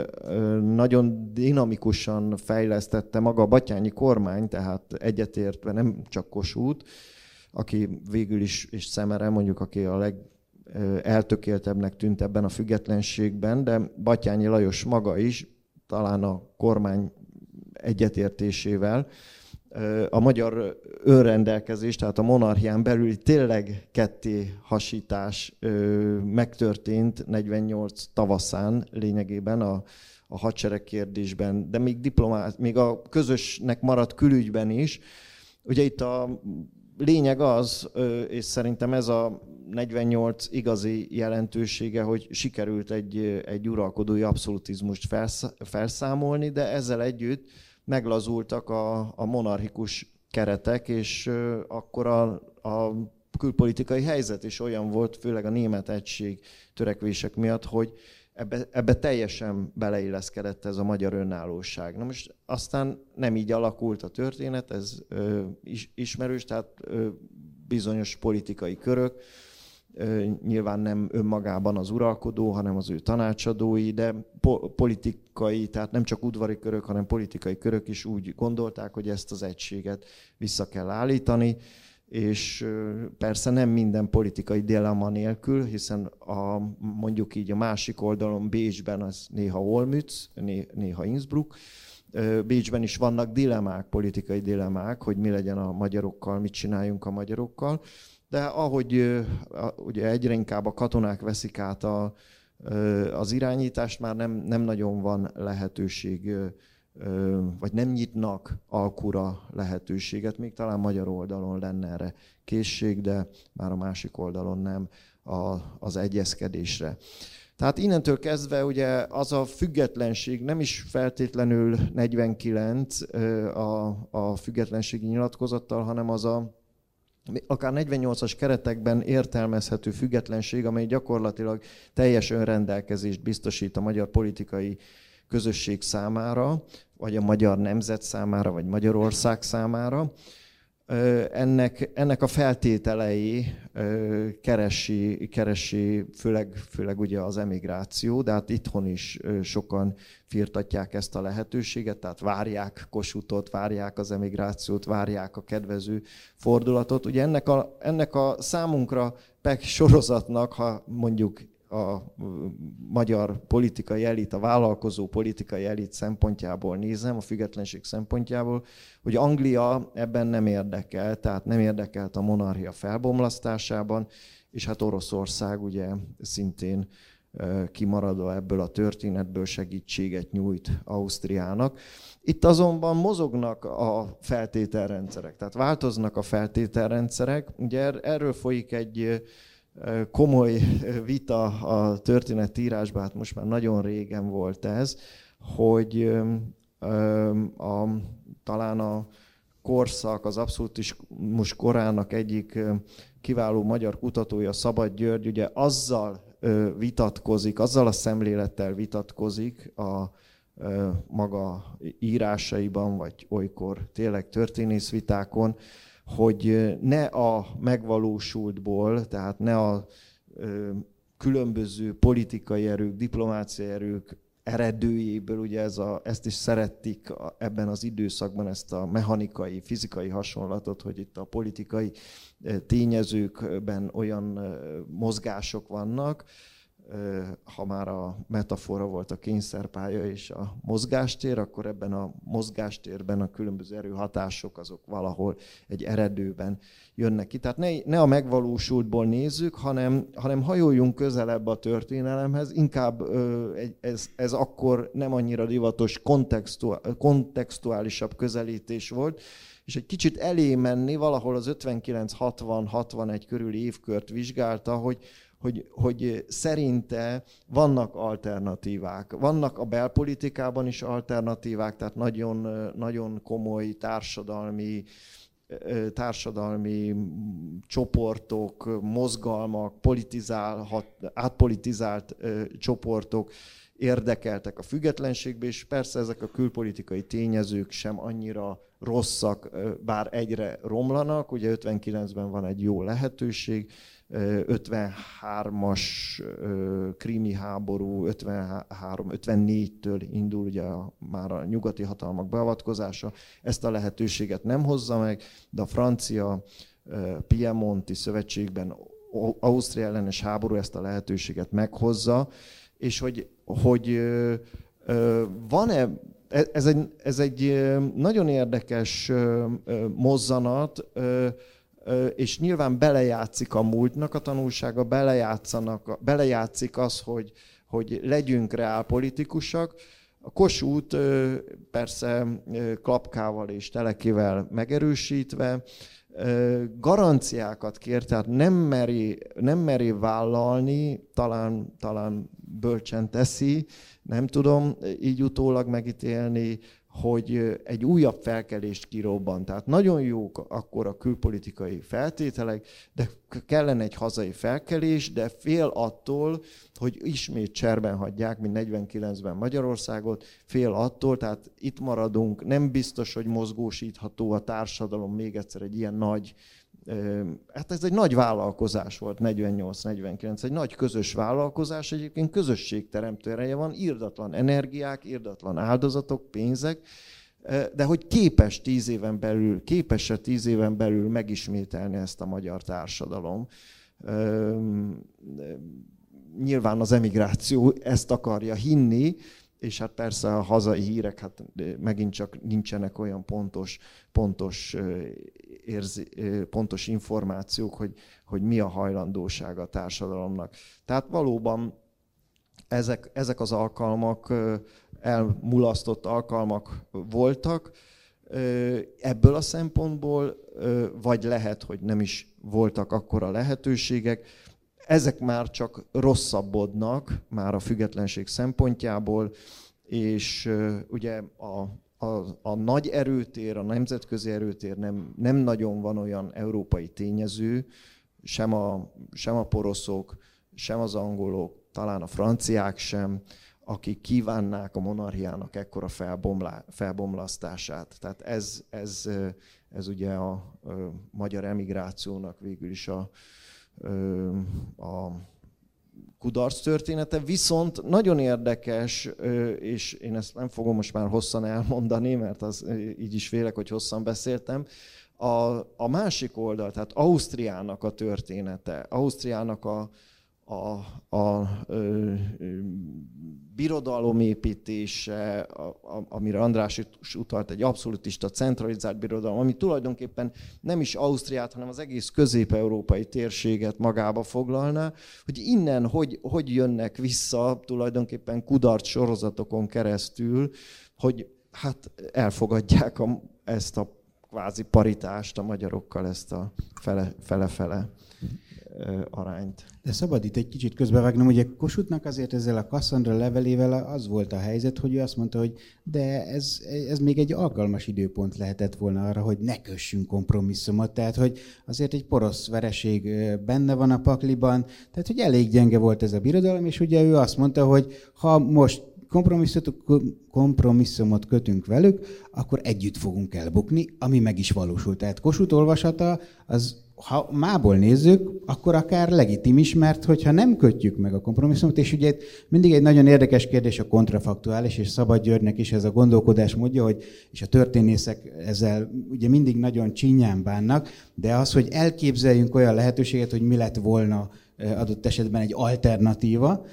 nagyon dinamikusan fejlesztette maga a batthyáni kormány, tehát egyetértve nem csak Kossuth, aki végül is, és Szemere mondjuk, aki a legeltökéltebbnek tűnt ebben a függetlenségben, de Batthyáni Lajos maga is, talán a kormány egyetértésével, a magyar önrendelkezés, tehát a monarchián belüli tényleg ketté hasítás megtörtént negyvennyolc tavaszán lényegében a, a hadsereg kérdésben, de még, diplomát, még a közösnek maradt külügyben is. Ugye itt a lényeg az, és szerintem ez a negyvennyolc igazi jelentősége, hogy sikerült egy, egy uralkodói abszolutizmust felszámolni, de ezzel együtt meglazultak a, a monarchikus keretek, és uh, akkor a, a külpolitikai helyzet is olyan volt, főleg a német egység törekvések miatt, hogy ebbe, ebbe teljesen beleilleszkedett ez a magyar önállóság. Na most aztán nem így alakult a történet, ez uh, is, ismerős, tehát uh, bizonyos politikai körök, nyilván nem önmagában az uralkodó, hanem az ő tanácsadói, de politikai, tehát nem csak udvari körök, hanem politikai körök is úgy gondolták, hogy ezt az egységet vissza kell állítani, és persze nem minden politikai dilemma nélkül, hiszen a, mondjuk így a másik oldalon Bécsben az néha Olmütz, néha Innsbruck, Bécsben is vannak dilemmák, politikai dilemmák, hogy mi legyen a magyarokkal, mit csináljunk a magyarokkal. De ahogy ugye egyre inkább a katonák veszik át a, az irányítást, már nem, nem nagyon van lehetőség, vagy nem nyitnak alkura lehetőséget. Még talán magyar oldalon lenne erre készség, de már a másik oldalon nem a, az egyezkedésre. Tehát innentől kezdve ugye az a függetlenség nem is feltétlenül negyvenkilenc a, a függetlenségi nyilatkozattal, hanem az a akár negyvennyolcas keretekben értelmezhető függetlenség, amely gyakorlatilag teljes önrendelkezést biztosít a magyar politikai közösség számára, vagy a magyar nemzet számára, vagy Magyarország számára. Ennek, ennek a feltételei keresi, keresi főleg, főleg ugye az emigráció, de hát itthon is sokan firtatják ezt a lehetőséget, tehát várják Kossuthot, várják az emigrációt, várják a kedvező fordulatot. Ugye ennek a, ennek a számunkra Pek sorozatnak, ha mondjuk a magyar politikai elit, a vállalkozó politikai elit szempontjából nézem, a függetlenség szempontjából, hogy Anglia ebben nem érdekel, tehát nem érdekelt a monarchia felbomlasztásában, és hát Oroszország ugye szintén kimaradva ebből a történetből segítséget nyújt Ausztriának. Itt azonban mozognak a feltételrendszerek, tehát változnak a feltételrendszerek. Ugye erről folyik egy komoly vita a történetírásban, hát most már nagyon régen volt ez, hogy a, talán a korszak, az abszolutizmus korának egyik kiváló magyar kutatója, Szabad György, ugye azzal vitatkozik, azzal a szemlélettel vitatkozik a maga írásaiban, vagy olykor tényleg történészvitákon, hogy ne a megvalósultból, tehát ne a különböző politikai erők, diplomáciai erők eredőjéből, ugye ez a, ezt is szerették ebben az időszakban, ezt a mechanikai, fizikai hasonlatot, hogy itt a politikai tényezőkben olyan mozgások vannak, ha már a metafora volt a kényszerpálya és a mozgástér, akkor ebben a mozgástérben a különböző erőhatások azok valahol egy eredőben jönnek ki. Tehát ne, ne a megvalósultból nézzük, hanem, hanem hajoljunk közelebb a történelemhez, inkább ez, ez akkor nem annyira divatos kontextuálisabb közelítés volt, és egy kicsit elé menni, valahol az ötvenkilenc hatvan hatvanegy körüli évkört vizsgálta, hogy Hogy, hogy szerinte vannak alternatívák. Vannak a belpolitikában is alternatívák, tehát nagyon, nagyon komoly társadalmi, társadalmi csoportok, mozgalmak, politizálhat, átpolitizált csoportok érdekeltek a függetlenségbe, és persze ezek a külpolitikai tényezők sem annyira rosszak, bár egyre romlanak. Ugye ötvenkilencben van egy jó lehetőség, ötvenhármas krími háború, ötvenhárom ötvennégytől indul ugye a, már a nyugati hatalmak beavatkozása, ezt a lehetőséget nem hozza meg, de a francia Piemonti szövetségben Ausztria ellenes háború ezt a lehetőséget meghozza, és hogy, hogy van-e, ez egy, ez egy nagyon érdekes mozzanat, és nyilván belejátszik a múltnak a tanulsága, belejátszanak, belejátszik az, hogy, hogy legyünk reálpolitikusak. A Kossuth persze klapkával és telekével megerősítve garanciákat kér, tehát nem meri, nem meri vállalni, talán, talán bölcsen teszi, nem tudom így utólag megítélni, hogy egy újabb felkelést kirobban. Tehát nagyon jók akkor a külpolitikai feltételek, de kellene egy hazai felkelés, de fél attól, hogy ismét cserben hagyják, mint negyvenkilencben Magyarországot, fél attól, tehát itt maradunk, nem biztos, hogy mozgósítható a társadalom még egyszer egy ilyen nagy, hát ez egy nagy vállalkozás volt negyvennyolc negyvenkilenc, egy nagy közös vállalkozás, egyébként közösségteremtő ereje van, irdatlan energiák, irdatlan áldozatok, pénzek, de hogy képes tíz éven belül, képes-e tíz éven belül megismételni ezt a magyar társadalom. Nyilván az emigráció ezt akarja hinni, és hát persze a hazai hírek, hát megint csak nincsenek olyan pontos, pontos, érzi, pontos információk, hogy, hogy mi a hajlandósága a társadalomnak. Tehát valóban ezek, ezek az alkalmak, elmulasztott alkalmak voltak, ebből a szempontból, vagy lehet, hogy nem is voltak akkora lehetőségek. Ezek már csak rosszabbodnak, már a függetlenség szempontjából, és uh, ugye a, a, a nagy erőtér, a nemzetközi erőtér nem, nem nagyon van olyan európai tényező, sem a, sem a poroszok, sem az angolok, talán a franciák sem, akik kívánnák a monarchiának ekkora felbomlá, felbomlasztását. Tehát ez, ez, ez ugye a, a magyar emigrációnak végül is a a kudarc története, viszont nagyon érdekes, és én ezt nem fogom most már hosszan elmondani, mert az így is félek, hogy hosszan beszéltem, a, a másik oldal, tehát Ausztriának a története, Ausztriának a, a, a ö, birodalom építése, a, a, amire András is utalt, egy abszolutista, centralizált birodalom, ami tulajdonképpen nem is Ausztriát, hanem az egész közép-európai térséget magába foglalná, hogy innen hogy, hogy jönnek vissza tulajdonképpen kudarc sorozatokon keresztül, hogy hát elfogadják a, ezt a kvázi paritást a magyarokkal, ezt a fele, fele-fele arányt. De szabad itt egy kicsit közbevágnom, ugye Kossuthnak azért ezzel a Cassandra levelével az volt a helyzet, hogy ő azt mondta, hogy de ez, ez még egy alkalmas időpont lehetett volna arra, hogy ne kössünk kompromisszumot, tehát hogy azért egy porosz vereség benne van a pakliban, tehát hogy elég gyenge volt ez a birodalom, és ugye ő azt mondta, hogy ha most kompromisszumot kötünk velük, akkor együtt fogunk elbukni, ami meg is valósult. Tehát Kossuth olvasata, az, ha mából nézzük, akkor akár legitim is, mert hogyha nem kötjük meg a kompromisszumot, és ugye mindig egy nagyon érdekes kérdés a kontrafaktuális, és Szabad Györgynek is ez a gondolkodás módja, hogy, és a történészek ezzel ugye mindig nagyon csinyán bánnak, de az, hogy elképzeljünk olyan lehetőséget, hogy mi lett volna adott esetben egy alternatíva,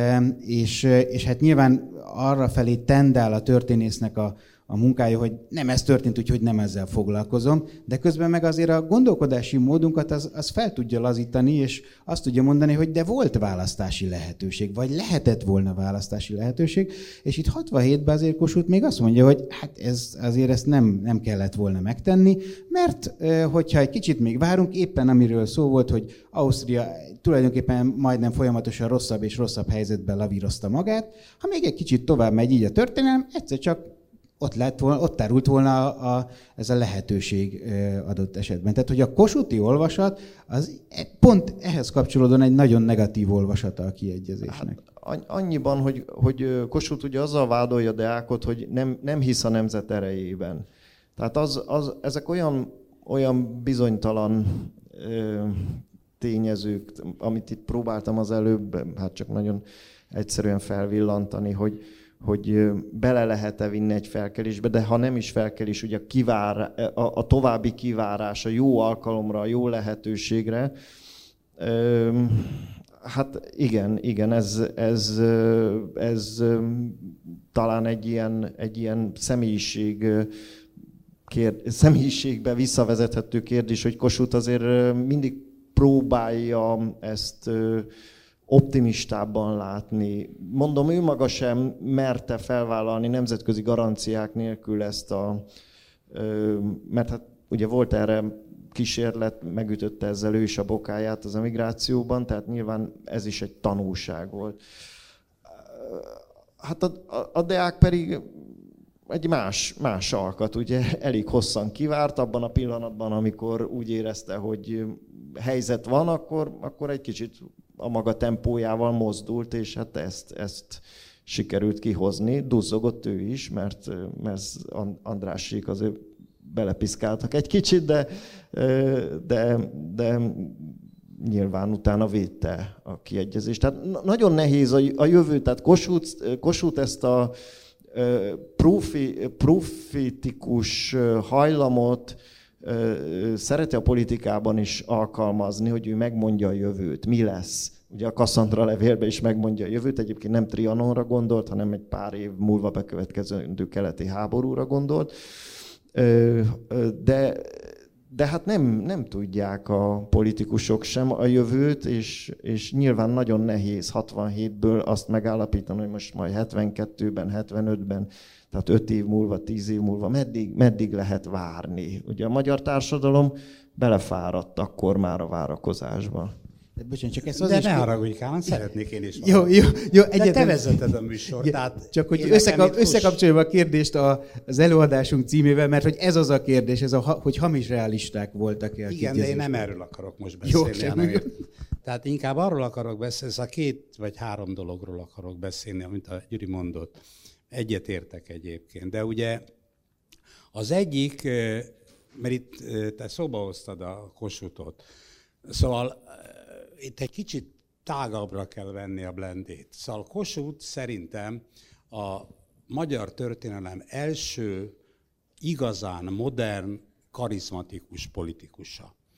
és, és hát nyilván arra felé tendál a történésznek a, a munkája, hogy nem ez történt, úgyhogy nem ezzel foglalkozom, de közben meg azért a gondolkodási módunkat az, az fel tudja lazítani, és azt tudja mondani, hogy de volt választási lehetőség, vagy lehetett volna választási lehetőség, és itt hatvanhétben azért Kossuth még azt mondja, hogy hát ez, azért ezt nem, nem kellett volna megtenni, mert hogyha egy kicsit még várunk, éppen amiről szó volt, hogy Ausztria tulajdonképpen majdnem folyamatosan rosszabb és rosszabb helyzetben lavírozta magát, ha még egy kicsit tovább megy így a történelem, egyszer csak ott, lett volna, ott tárult volna a, a, ez a lehetőség adott esetben. Tehát, hogy a kossuthi olvasat, az pont ehhez kapcsolódóan egy nagyon negatív olvasata a kiegyezésnek. Hát, annyiban, hogy, hogy Kossuth ugye azzal vádolja Deákot, hogy nem, nem hisz a nemzet erejében. Tehát az, az, ezek olyan, olyan bizonytalan ö, tényezők, amit itt próbáltam az előbb, hát csak nagyon egyszerűen felvillantani, hogy hogy bele lehet-e vinni egy felkelésbe, de ha nem is felkelés, ugye a, kivár, a, a további kivárás, a jó alkalomra, a jó lehetőségre, ö, hát igen, igen, ez, ez, ez talán egy ilyen, egy ilyen személyiség, kérd, személyiségbe visszavezethető kérdés, hogy Kossuth azért mindig próbálja ezt optimistábban látni. Mondom, ő maga sem merte felvállalni nemzetközi garanciák nélkül ezt a... Mert hát ugye volt erre kísérlet, megütötte ezzel ő is a bokáját az emigrációban, tehát nyilván ez is egy tanulság volt. Hát a, a, a Deák pedig egy más, más alkat, ugye elég hosszan kivárt abban a pillanatban, amikor úgy érezte, hogy helyzet van, akkor, akkor egy kicsit a maga tempójával mozdult, és hát ezt, ezt sikerült kihozni. Duzzogott ő is, mert, mert Andrássik azért belepiszkáltak egy kicsit, de, de, de nyilván utána védte a kiegyezést. Tehát nagyon nehéz a jövő, tehát Kossuth, Kossuth ezt a profi, profitikus hajlamot szereti a politikában is alkalmazni, hogy ő megmondja a jövőt, mi lesz. Ugye a Cassandra levélben is megmondja a jövőt, egyébként nem Trianonra gondolt, hanem egy pár év múlva bekövetkező keleti háborúra gondolt. De, de hát nem, nem tudják a politikusok sem a jövőt, és, és nyilván nagyon nehéz hatvanhétből azt megállapítani, hogy most majd hetvenkettőben, hetvenötben, tehát öt év múlva, tíz év múlva, meddig, meddig lehet várni. Ugye a magyar társadalom belefáradt akkor már a várakozásba. De, bocsánat, csak ezt az de is ne haragudj, Kálmán, szeretnék én is. Jó, jó, jó. Egyetlen... De te vezeted a műsor. Ja, tehát csak hogy összekap, összekapcsoljuk a kérdést a, az előadásunk címével, mert hogy ez az a kérdés, ez a, hogy hamis realisták voltak-e. Igen, de én nem erről akarok most beszélni. Jó, hanem tehát inkább arról akarok beszélni, ez a két vagy három dologról akarok beszélni, amit a Gyuri mondott. Egyet értek egyébként, de ugye az egyik, mert itt te szóba hoztad a Kossuthot, szóval itt egy kicsit tágabbra kell venni a blendét. Szóval Kossuth szerintem a magyar történelem első igazán modern, karizmatikus politikusa.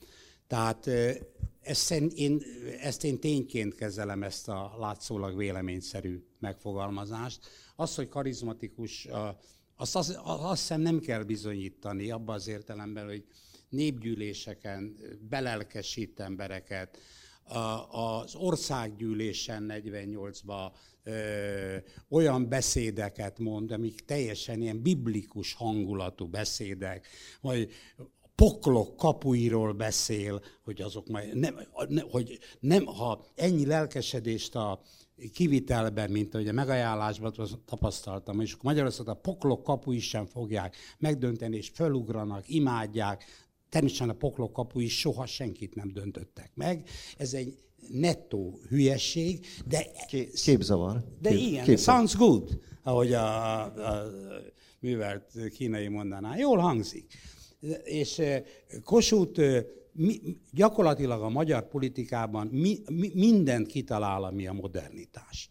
Tehát ezt én, ezt én tényként kezelem, ezt a látszólag véleményszerű megfogalmazást. Az, hogy karizmatikus, azt, azt, azt hiszem nem kell bizonyítani abban az értelemben, hogy népgyűléseken belelkesít embereket, az országgyűlésen negyvennyolcban ö, olyan beszédeket mond, amik teljesen ilyen biblikus hangulatú beszédek, vagy poklok kapuiról beszél, hogy azok majd nem, ne, hogy nem, ha ennyi lelkesedést a kivitelben, mint ahogy a megajánlásban tapasztaltam, és Magyarországon a poklok kapui sem fogják megdönteni, és felugranak, imádják. Természetesen a poklok kapui soha senkit nem döntöttek meg. Ez egy nettó hülyesség, de... Képzavar. De Kép, igen, képzavar. sounds good, ahogy a, a, a művelt kínai mondaná. Jól hangzik. És Kossuth mi, gyakorlatilag a magyar politikában mi, mi, mindent kitalál, ami a modernitás.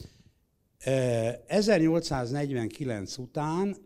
ezernyolcszáznegyvenkilenc után,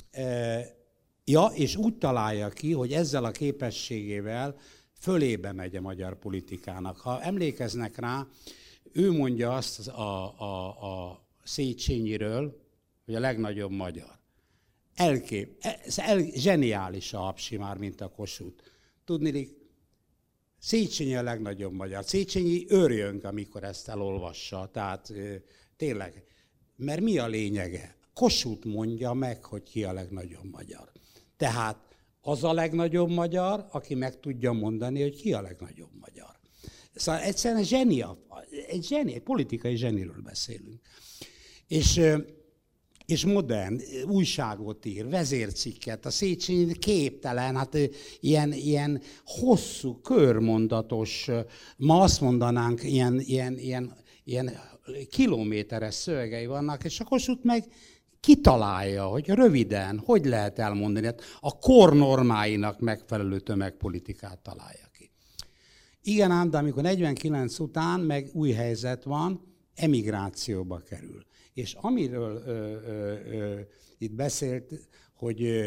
ja, és úgy találja ki, hogy ezzel a képességével fölébe megy a magyar politikának. Ha emlékeznek rá, ő mondja azt a, a, a Széchenyiről, hogy a legnagyobb magyar. Elkép, ez el, zseniális a Hapsi már, mint a Kossuth. Tudniillik, Széchenyi a legnagyobb magyar. Széchenyi örjönk, amikor ezt elolvassa. Tehát tényleg, mert mi a lényege? Kossuth mondja meg, hogy ki a legnagyobb magyar. Tehát az a legnagyobb magyar, aki meg tudja mondani, hogy ki a legnagyobb magyar. Szóval egyszerűen zseni, egy zseni, egy politikai zseniről beszélünk. És, és modern, újságot ír, vezércikket, a Széchenyi képtelen, hát ilyen, ilyen hosszú, körmondatos, ma azt mondanánk, ilyen, ilyen, ilyen, ilyen kilométeres szövegei vannak, és a Kossuth meg kitalálja, hogy röviden, hogy lehet elmondani, hát a kor normáinak megfelelő tömegpolitikát találja ki. Igen ám, de amikor negyvenkilenc után meg új helyzet van, emigrációba kerül. És amiről ö, ö, ö, itt beszélt, hogy ö,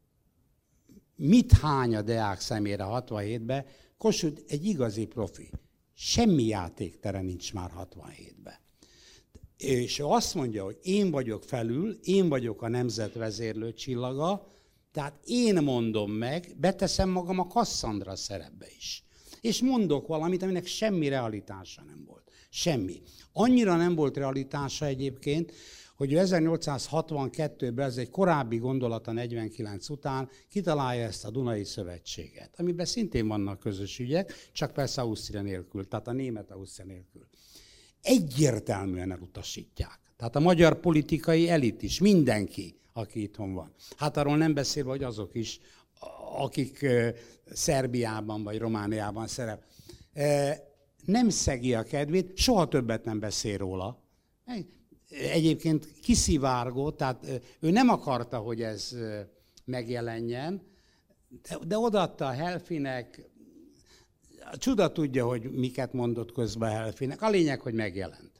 mit hány a Deák szemére hatvanhétben, Kossuth egy igazi profi. Semmi játéktere nincs már hatvanhétben. És ő azt mondja, hogy én vagyok felül, én vagyok a nemzet vezérlő csillaga, tehát én mondom meg, beteszem magam a Kasszandra szerepbe is. És mondok valamit, aminek semmi realitása nem volt. Semmi. Annyira nem volt realitása egyébként, hogy ezernyolcszázhatvankettőben, ez egy korábbi gondolata negyvenkilenc után, kitalálja ezt a Dunai Szövetséget, amiben szintén vannak közös ügyek, csak persze Ausztria nélkül, tehát a német Ausztria nélkül. Egyértelműen elutasítják. Tehát a magyar politikai elit is, mindenki, aki itthon van. Hát arról nem beszélve, hogy azok is, akik Szerbiában vagy Romániában szerep. Nem szegi a kedvét, soha többet nem beszél róla. Egyébként kiszivárgó, tehát ő nem akarta, hogy ez megjelenjen, de, de odaadta a Helfinek. A csuda tudja, hogy miket mondott közben a Helfinek. A lényeg, hogy megjelent.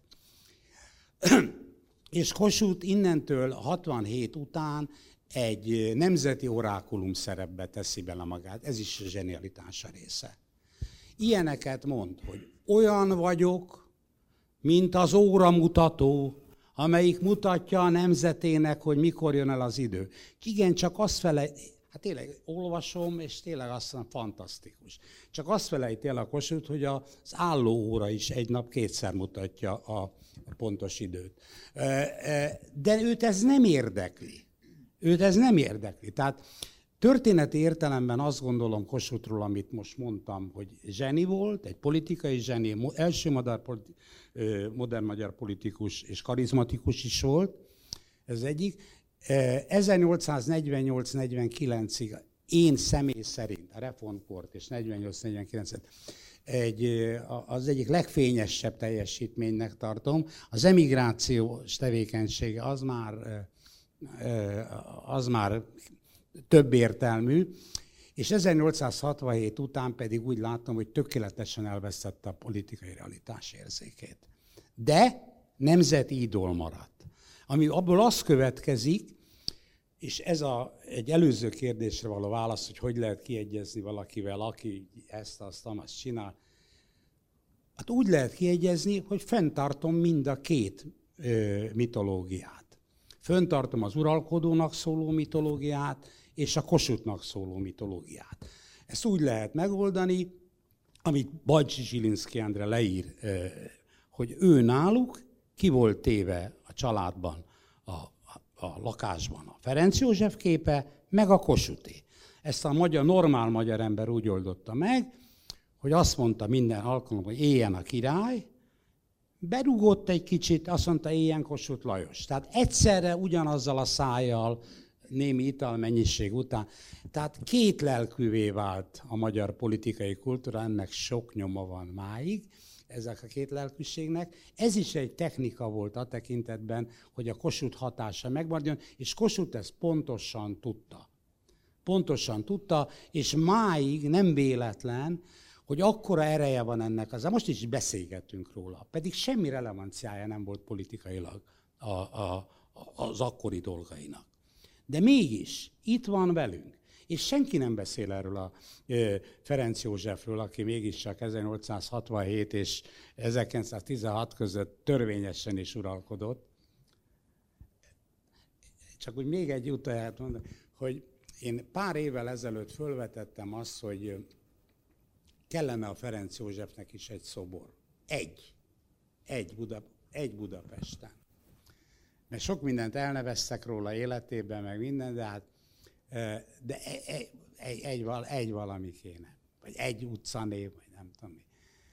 És Kossuth innentől hatvanhét után egy nemzeti orákulum szerepbe teszi bele magát. Ez is a zsenialitása része. Ilyeneket mond, hogy olyan vagyok, mint az óramutató, amelyik mutatja a nemzetének, hogy mikor jön el az idő. Igen, csak azt felejt, hát tényleg olvasom, és tényleg azt mondom, fantasztikus. Csak azt felejti el a Kossuth, hogy az álló óra is egy nap kétszer mutatja a pontos időt. De őt ez nem érdekli. Őt ez nem érdekli. Tehát történeti értelemben azt gondolom Kossuthról, amit most mondtam, hogy zseni volt, egy politikai zseni, első modern, politi- modern magyar politikus és karizmatikus is volt, ez egyik. ezernyolcszáznegyvennyolc negyvenkilencig én személy szerint a reformkort és negyvennyolc negyvenkilencet egy, az egyik legfényesebb teljesítménynek tartom. Az emigrációs tevékenysége az már, az már több értelmű, és ezernyolcszázhatvanhét után pedig úgy látom, hogy tökéletesen elvesztette a politikai realitás érzékét. De nemzeti idol maradt. Ami abból az következik, És ez a, egy előző kérdésre való válasz, hogy hogy lehet kiegyezni valakivel, aki ezt, azt, azt csinál. Hát úgy lehet kiegyezni, hogy fenntartom mind a két ö, mitológiát. Fenntartom az uralkodónak szóló mitológiát, és a Kossuthnak szóló mitológiát. Ezt úgy lehet megoldani, amit Bajcsy Zsilinszky Endre leír, ö, hogy ő náluk ki volt téve a családban, a, a, a lakásban a Ferenc József képe, meg a Kossuthé. Ezt a magyar, normál magyar ember úgy oldotta meg, hogy azt mondta minden alkalommal, hogy éljen a király, berugott egy kicsit, azt mondta, éljen Kossuth Lajos. Tehát egyszerre ugyanazzal a szájjal, némi italmennyiség után. Tehát két lelkűvé vált a magyar politikai kultúra, ennek sok nyoma van máig, ezek a két lelkűségnek. Ez is egy technika volt a tekintetben, hogy a Kossuth hatása megmaradjon, és Kossuth ezt pontosan tudta. Pontosan tudta, és máig nem véletlen, hogy akkora ereje van ennek, az, most is beszélgettünk róla, pedig semmi relevanciája nem volt politikailag a, a, az akkori dolgainak. De mégis itt van velünk. És senki nem beszél erről a Ferenc Józsefről, aki mégiscsak ezernyolcszázhatvanhét és ezerkilencszáztizenhat között törvényesen is uralkodott. Csak úgy még egy utáját mondani, hogy én pár évvel ezelőtt fölvetettem azt, hogy kellene a Ferenc Józsefnek is egy szobor. Egy. Egy, Buda, egy Budapesten. Mert sok mindent elneveztek róla életében, meg minden, de hát de egy, egy, egy, egy valami kéne. Vagy egy utcanév, vagy nem tudom mi.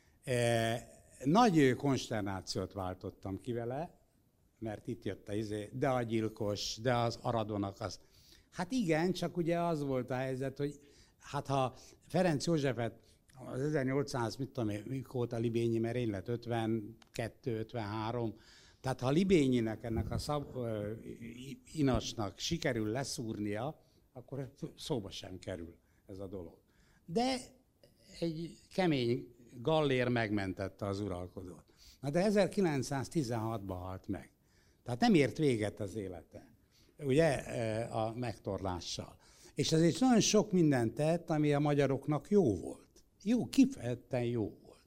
Nagy konsternációt váltottam ki vele, mert itt jött a izé, de a gyilkos, de az Aradonak az. Hát igen, csak ugye az volt a helyzet, hogy hát ha Ferenc Józsefet az ezernyolcszáz, mit tudom én, mikor volt a Libényi merénylet, ötvenkettő ötvenhárom, tehát ha Libényinek, ennek a szab, uh, inasnak sikerül leszúrnia, akkor szóba sem kerül ez a dolog. De egy kemény gallér megmentette az uralkodót. Na de ezerkilencszáztizenhatban halt meg. Tehát nem ért véget az élete, ugye, a megtorlással. És ezért nagyon sok mindent tett, ami a magyaroknak jó volt. Jó, kifejezetten jó volt.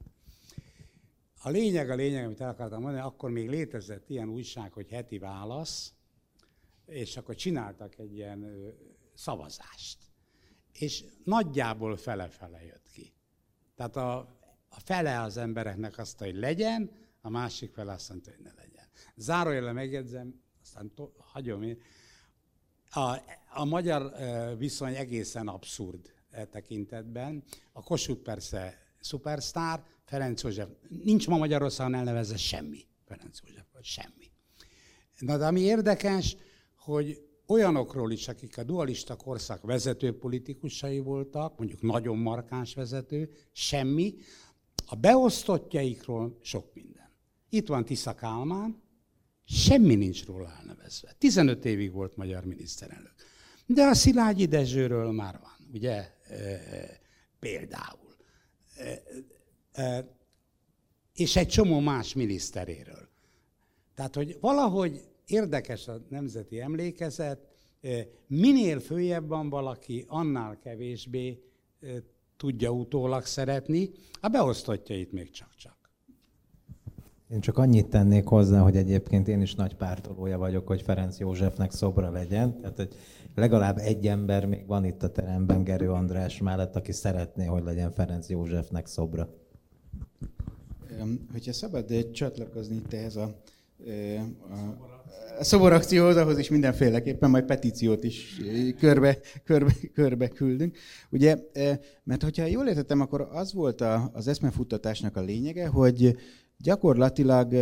A lényeg, a lényeg, amit el akartam mondani, akkor még létezett ilyen újság, hogy Heti Válasz, és akkor csináltak egy ilyen szavazást. És nagyjából fele-fele jött ki. Tehát a, a fele az embereknek azt, hogy legyen, a másik fele azt mondta, hogy ne legyen. Zárójelben megjegyzem, aztán to, hagyom én. A, a magyar viszony egészen abszurd e tekintetben. A Kossuth persze szupersztár, Ferenc József, nincs ma Magyarországon elnevezve semmi. Ferenc József, vagy semmi. Na de ami érdekes, hogy olyanokról is, akik a dualista korszak vezető politikusai voltak, mondjuk nagyon markáns vezető, semmi, a beosztottjaikról sok minden. Itt van Tisza Kálmán, semmi nincs róla elnevezve. tizenöt évig volt magyar miniszterelnök. De a Szilágyi Dezsőről már van, ugye, e, például. E, e, és egy csomó más miniszteréről. Tehát, hogy valahogy érdekes a nemzeti emlékezet, minél följebb van valaki, annál kevésbé tudja utólag szeretni, a beosztottjait még csak-csak. Én csak annyit tennék hozzá, hogy egyébként én is nagy pártolója vagyok, hogy Ferenc Józsefnek szobra legyen. Tehát, hogy legalább egy ember még van itt a teremben Gerő András mellett, aki szeretné, hogy legyen Ferenc Józsefnek szobra. Hogyha szabad csatlakozni itt ehhez a, a, a szoborakcióhoz, ahhoz is mindenféleképpen majd petíciót is körbe, körbe, körbe küldünk. Ugye, mert hogyha jól értettem, akkor az volt a, az eszmefuttatásnak a lényege, hogy gyakorlatilag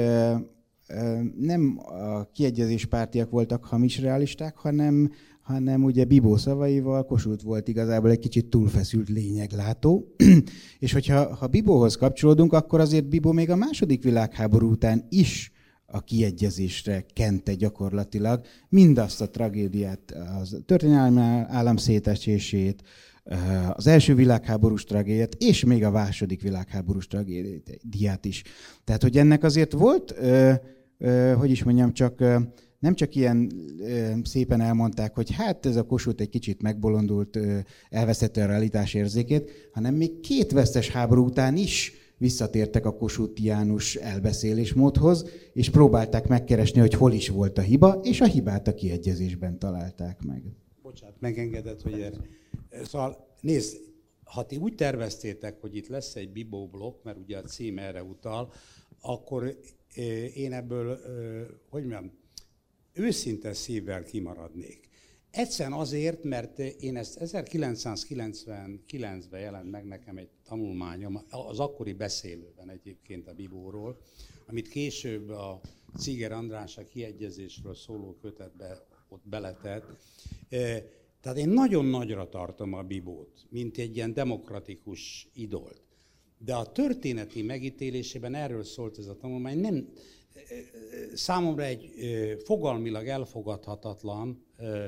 nem a kiegyezéspártiak voltak hamis realisták, hanem, hanem ugye Bibó szavaival Kossuth volt igazából egy kicsit túlfeszült lényeglátó. És hogyha ha Bibóhoz kapcsolódunk, akkor azért Bibó még a második világháború után is a kiegyezésre kente gyakorlatilag mindazt a tragédiát, a történelmi állam szétesését, az első világháborús tragédiát, és még a második világháborús tragédiát is. Tehát, hogy ennek azért volt, hogy is mondjam, csak nem csak ilyen ö, szépen elmondták, hogy hát ez a Kossuth egy kicsit megbolondult, ö, elvesztette a realitás érzékét, hanem még két vesztes háború után is visszatértek a kossuth-János elbeszélésmódhoz, és próbálták megkeresni, hogy hol is volt a hiba, és a hibát a kiegyezésben találták meg. Bocsánat, megengedett, hogy er... Szóval nézd, ha ti úgy terveztétek, hogy itt lesz egy Bibó blokk, mert ugye a cím erre utal, akkor én ebből, hogy mondjam, őszinte szívvel kimaradnék. Egyszerűen azért, mert én ezt ezerkilencszázkilencvenkilencben jelent meg nekem egy tanulmányom, az akkori beszélőben egyébként a Bibóról, amit később a Cziger András a kiegyezésről szóló kötetbe ott beletett. Tehát én nagyon nagyra tartom a Bibót, mint egy ilyen demokratikus idolt. De a történeti megítélésében erről szólt ez a tanulmány, nem, számomra egy fogalmilag elfogadhatatlan,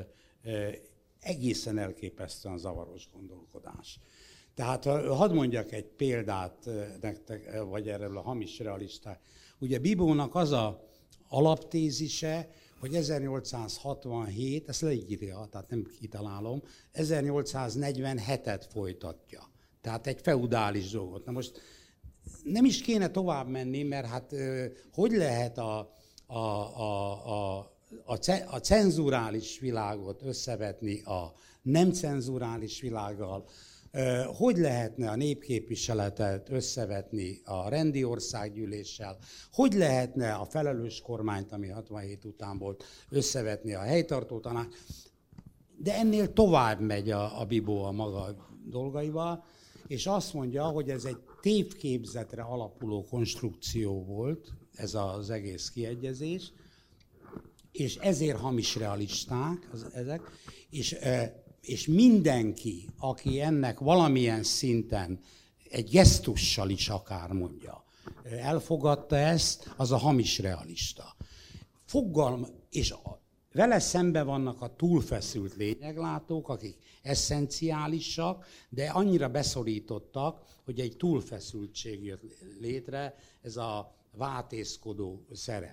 egészen elképesztően zavaros gondolkodás. Tehát hadd mondjak egy példát nektek, vagy erről a hamis realisták. Ugye Bibónak az a alaptézise, hogy ezernyolcszázhatvanhét, ezt leírja, tehát nem kitalálom, ezernyolcszáznegyvenhetet folytatja. Tehát egy feudális dolgot. Na most nem is kéne tovább menni, mert hát hogy lehet a, a, a, a, a cenzurális világot összevetni a nem cenzurális világgal, hogy lehetne a népképviseletet összevetni a rendi országgyűléssel, hogy lehetne a felelős kormányt, ami hatvanhét után volt, összevetni a helytartó tanács. De ennél tovább megy a, a Bibó a maga dolgaival, és azt mondja, hogy ez egy tévképzetre alapuló konstrukció volt, ez az egész kiegyezés, és ezért hamis realisták az, ezek, és, és mindenki, aki ennek valamilyen szinten egy gesztussal is akár mondja, elfogadta ezt, az a hamis realista. Fogalma, és vele szembe vannak a túlfeszült lényeglátók, akik eszenciálisak, de annyira beszorítottak, hogy egy túlfeszültség jött létre, ez a vátészkodó szerep.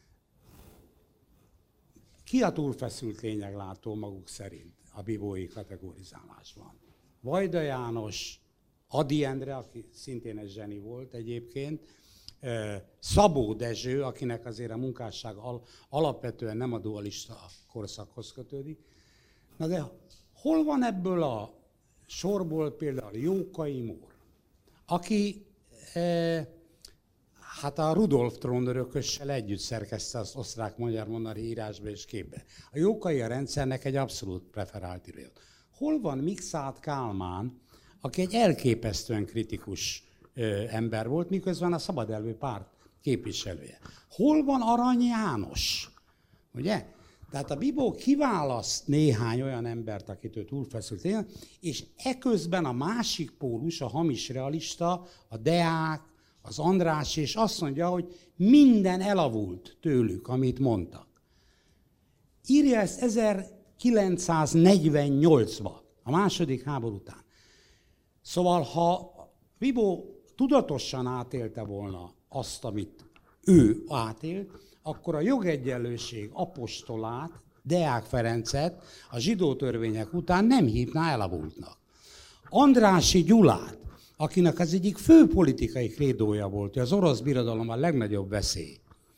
Ki a túlfeszült lényeglátó maguk szerint a bibói kategorizálásban? Vajda János, Ady Endre, aki szintén egy zseni volt egyébként, Szabó Dezső, akinek azért a munkásság al- alapvetően nem a dualista korszakhoz kötődik. Na de hol van ebből a sorból például Jókai Mór, aki eh, hát a Rudolf trónörökössel együtt szerkeszte az osztrák-magyar monarchia írásba és képbe. A Jókai a rendszernek egy abszolút preferált irat. Hol van Mikszáth Kálmán, aki egy elképesztően kritikus ö, ember volt, miközben a Szabadelvű párt képviselője. Hol van Arany János? Ugye? Tehát a Bibó kiválaszt néhány olyan embert, akitől túlfeszült, és eközben a másik pólus, a hamis realista, a Deák, az András, és azt mondja, hogy minden elavult tőlük, amit mondtak. Írja ezt ezerkilencszáznegyvennyolcban, a második háború után. Szóval, ha Bibó tudatosan átélte volna azt, amit ő átélt, akkor a jogegyenlőség apostolát, Deák Ferencet a zsidó törvények után nem hívná elavultnak. Andrássy Gyulát, akinek az egyik fő politikai krédója volt, hogy az orosz birodalom a legnagyobb veszély.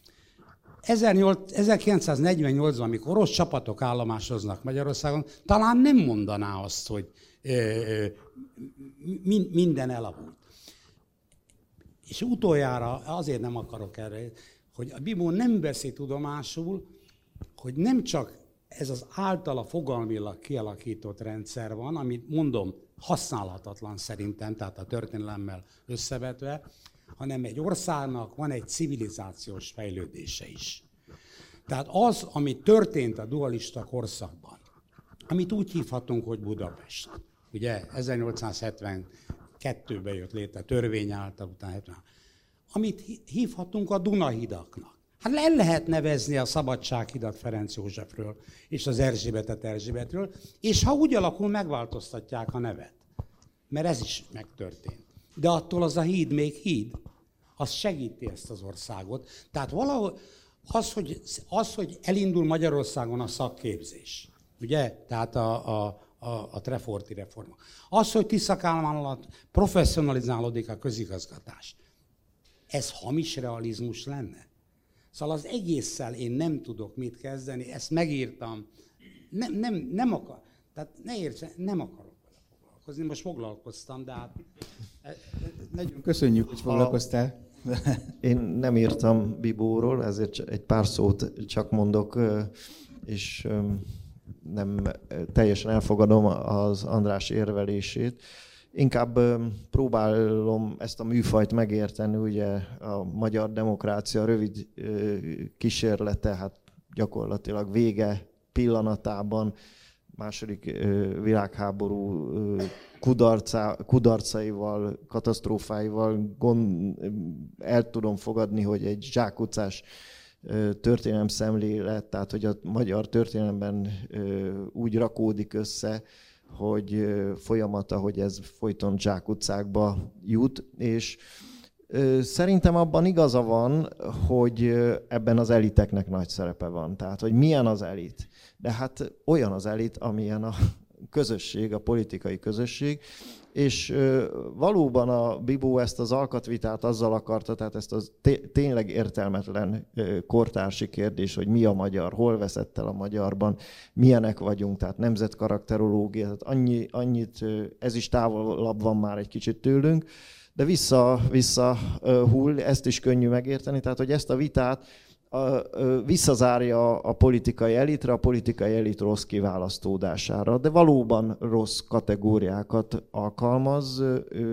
ezerkilencszáznegyvennyolcban, amikor orosz csapatok állomásoznak Magyarországon, talán nem mondaná azt, hogy ö, ö, minden elavult. És utoljára azért nem akarok erre, hogy a Bibó nem veszi tudomásul, hogy nem csak ez az általa fogalmilag kialakított rendszer van, amit mondom, használhatatlan szerintem, tehát a történelemmel összevetve, hanem egy országnak van egy civilizációs fejlődése is. Tehát az, ami történt a dualista korszakban, amit úgy hívhatunk, hogy Budapest. Ugye ezernyolcszázhetvenkettőben jött létre törvény által, utána hetven. Amit hívhatunk a Dunahidaknak. Hát el lehet nevezni a Szabadsághidat Ferenc Józsefről és az Erzsébetet Erzsébetről, és ha úgy alakul, megváltoztatják a nevet. Mert ez is megtörtént. De attól az a híd még híd. Az segíti ezt az országot. Tehát valahol Az, hogy, az, hogy elindul Magyarországon a szakképzés, ugye? Tehát a, a, a, a Treforti reforma. Az, hogy Tisza Kálmán alatt professzionalizálódik a közigazgatás. Ez hamis realizmus lenne? Szóval az egésszel én nem tudok mit kezdeni, ezt megírtam. Nem, nem, nem akar. Tehát ne értsen, nem akarok vele foglalkozni. Most foglalkoztam, de hát... Nagyon köszönjük, hogy foglalkoztál. Én nem írtam Bibóról, ezért egy pár szót csak mondok, és nem teljesen elfogadom az András érvelését. Inkább próbálom ezt a műfajt megérteni, ugye a magyar demokrácia rövid kísérlete, hát gyakorlatilag vége pillanatában, második világháború kudarca, kudarcaival, katasztrófáival gond, el tudom fogadni, hogy egy zsákutcás történelem szemlélet, tehát hogy a magyar történelemben úgy rakódik össze, hogy folyamata, hogy ez folyton zsákutcákba jut, és szerintem abban igaza van, hogy ebben az eliteknek nagy szerepe van. Tehát, hogy milyen az elit. De hát olyan az elit, amilyen a közösség, a politikai közösség, és valóban a Bibó ezt az alkatvitát azzal akarta, tehát ezt a tényleg értelmetlen kortársi kérdés, hogy mi a magyar, hol veszett el a magyarban, milyenek vagyunk, tehát nemzetkarakterológia, tehát annyi, annyit, ez is távolabb van már egy kicsit tőlünk, de vissza, vissza hull, ezt is könnyű megérteni, tehát hogy ezt a vitát a, visszazárja a politikai elitre, a politikai elit rossz kiválasztódására, de valóban rossz kategóriákat alkalmaz,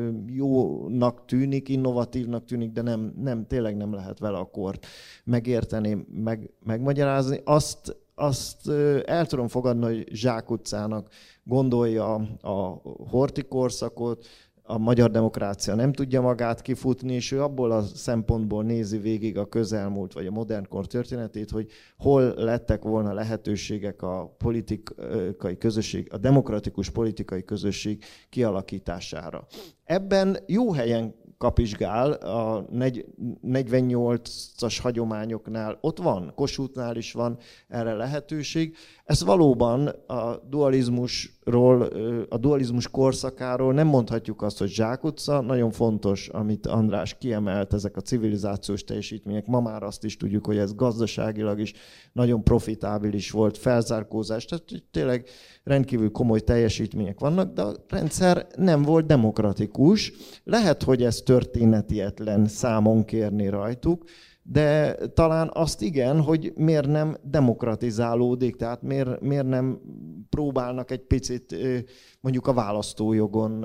jónak tűnik, innovatívnak tűnik, de nem, nem, tényleg nem lehet vele a kort megérteni, meg, megmagyarázni. Azt, azt el tudom fogadni, hogy zsákutcának gondolja a Horthy korszakot, a magyar demokrácia nem tudja magát kifutni, és ő abból a szempontból nézi végig a közelmúlt, vagy a modern kor történetét, hogy hol lettek volna lehetőségek a politikai közösség, a demokratikus politikai közösség kialakítására. Ebben jó helyen kapizsgál a negyvennyolcas hagyományoknál, ott van, Kossuthnál is van erre lehetőség. Ez valóban a dualizmusról, a dualizmus korszakáról nem mondhatjuk azt, hogy zsákutca. Nagyon fontos, amit András kiemelt, ezek a civilizációs teljesítmények. Ma már azt is tudjuk, hogy ez gazdaságilag is nagyon profitábilis volt, felzárkózás, tehát tényleg rendkívül komoly teljesítmények vannak, de a rendszer nem volt demokratikus. Lehet, hogy ez történetietlen számon kérni rajtuk, de talán azt igen, hogy miért nem demokratizálódik, tehát miért, miért nem próbálnak egy picit mondjuk a választójogon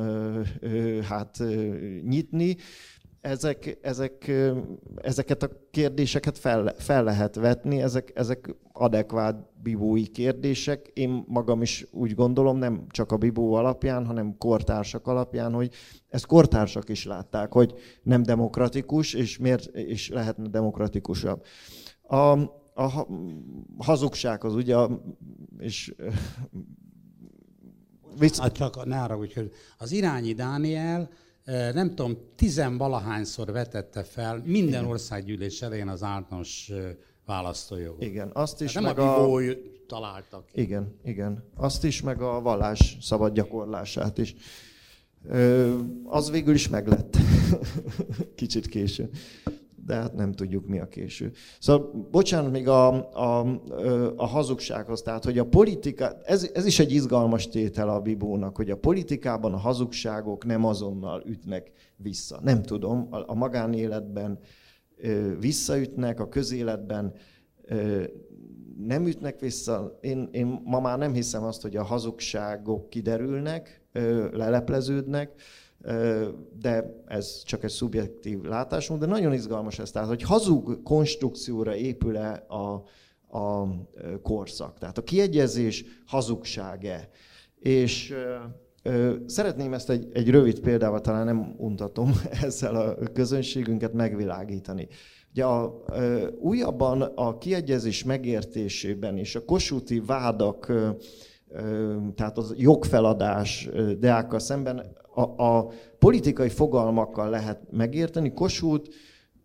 hát nyitni. Ezek, ezek, ezeket a kérdéseket fel, fel lehet vetni, ezek, ezek adekvát bibói kérdések. Én magam is úgy gondolom, nem csak a Bibó alapján, hanem kortársak alapján, hogy ezt kortársak is látták, hogy nem demokratikus, és miért és lehetne demokratikusabb. A, a hazugság az ugye, és vicc... Hát csak ne arra, hogy az Irányi Dániel, nem tudom, tizenvalahányszor vetette fel minden országgyűlés elején az általános választójogot. Igen, azt is nem meg a Bibó a... találtak. Igen, igen. Azt is, meg a vallás szabad gyakorlását is. Az végül is meglett. Kicsit későn. De hát nem tudjuk, mi a késő. Szóval, bocsánat, még a, a, a hazugsághoz, tehát, hogy a politika, ez, ez is egy izgalmas tétel a Bibónak, hogy a politikában a hazugságok nem azonnal ütnek vissza. Nem tudom, a, a magánéletben ö, visszaütnek, a közéletben ö, nem ütnek vissza. Én, én ma már nem hiszem azt, hogy a hazugságok kiderülnek, ö, lelepleződnek, de ez csak egy szubjektív látásmód, de nagyon izgalmas ez, tehát, hogy hazug konstrukcióra épül-e a, a korszak. Tehát a kiegyezés hazugság-e. És ö, szeretném ezt egy, egy rövid példával, talán nem untatom ezzel a közönségünket megvilágítani. Ugye a, ö, újabban a kiegyezés megértésében és a kossuthi vádak, ö, ö, tehát az jogfeladás Deákkal szemben A, a politikai fogalmakkal lehet megérteni. Kossuth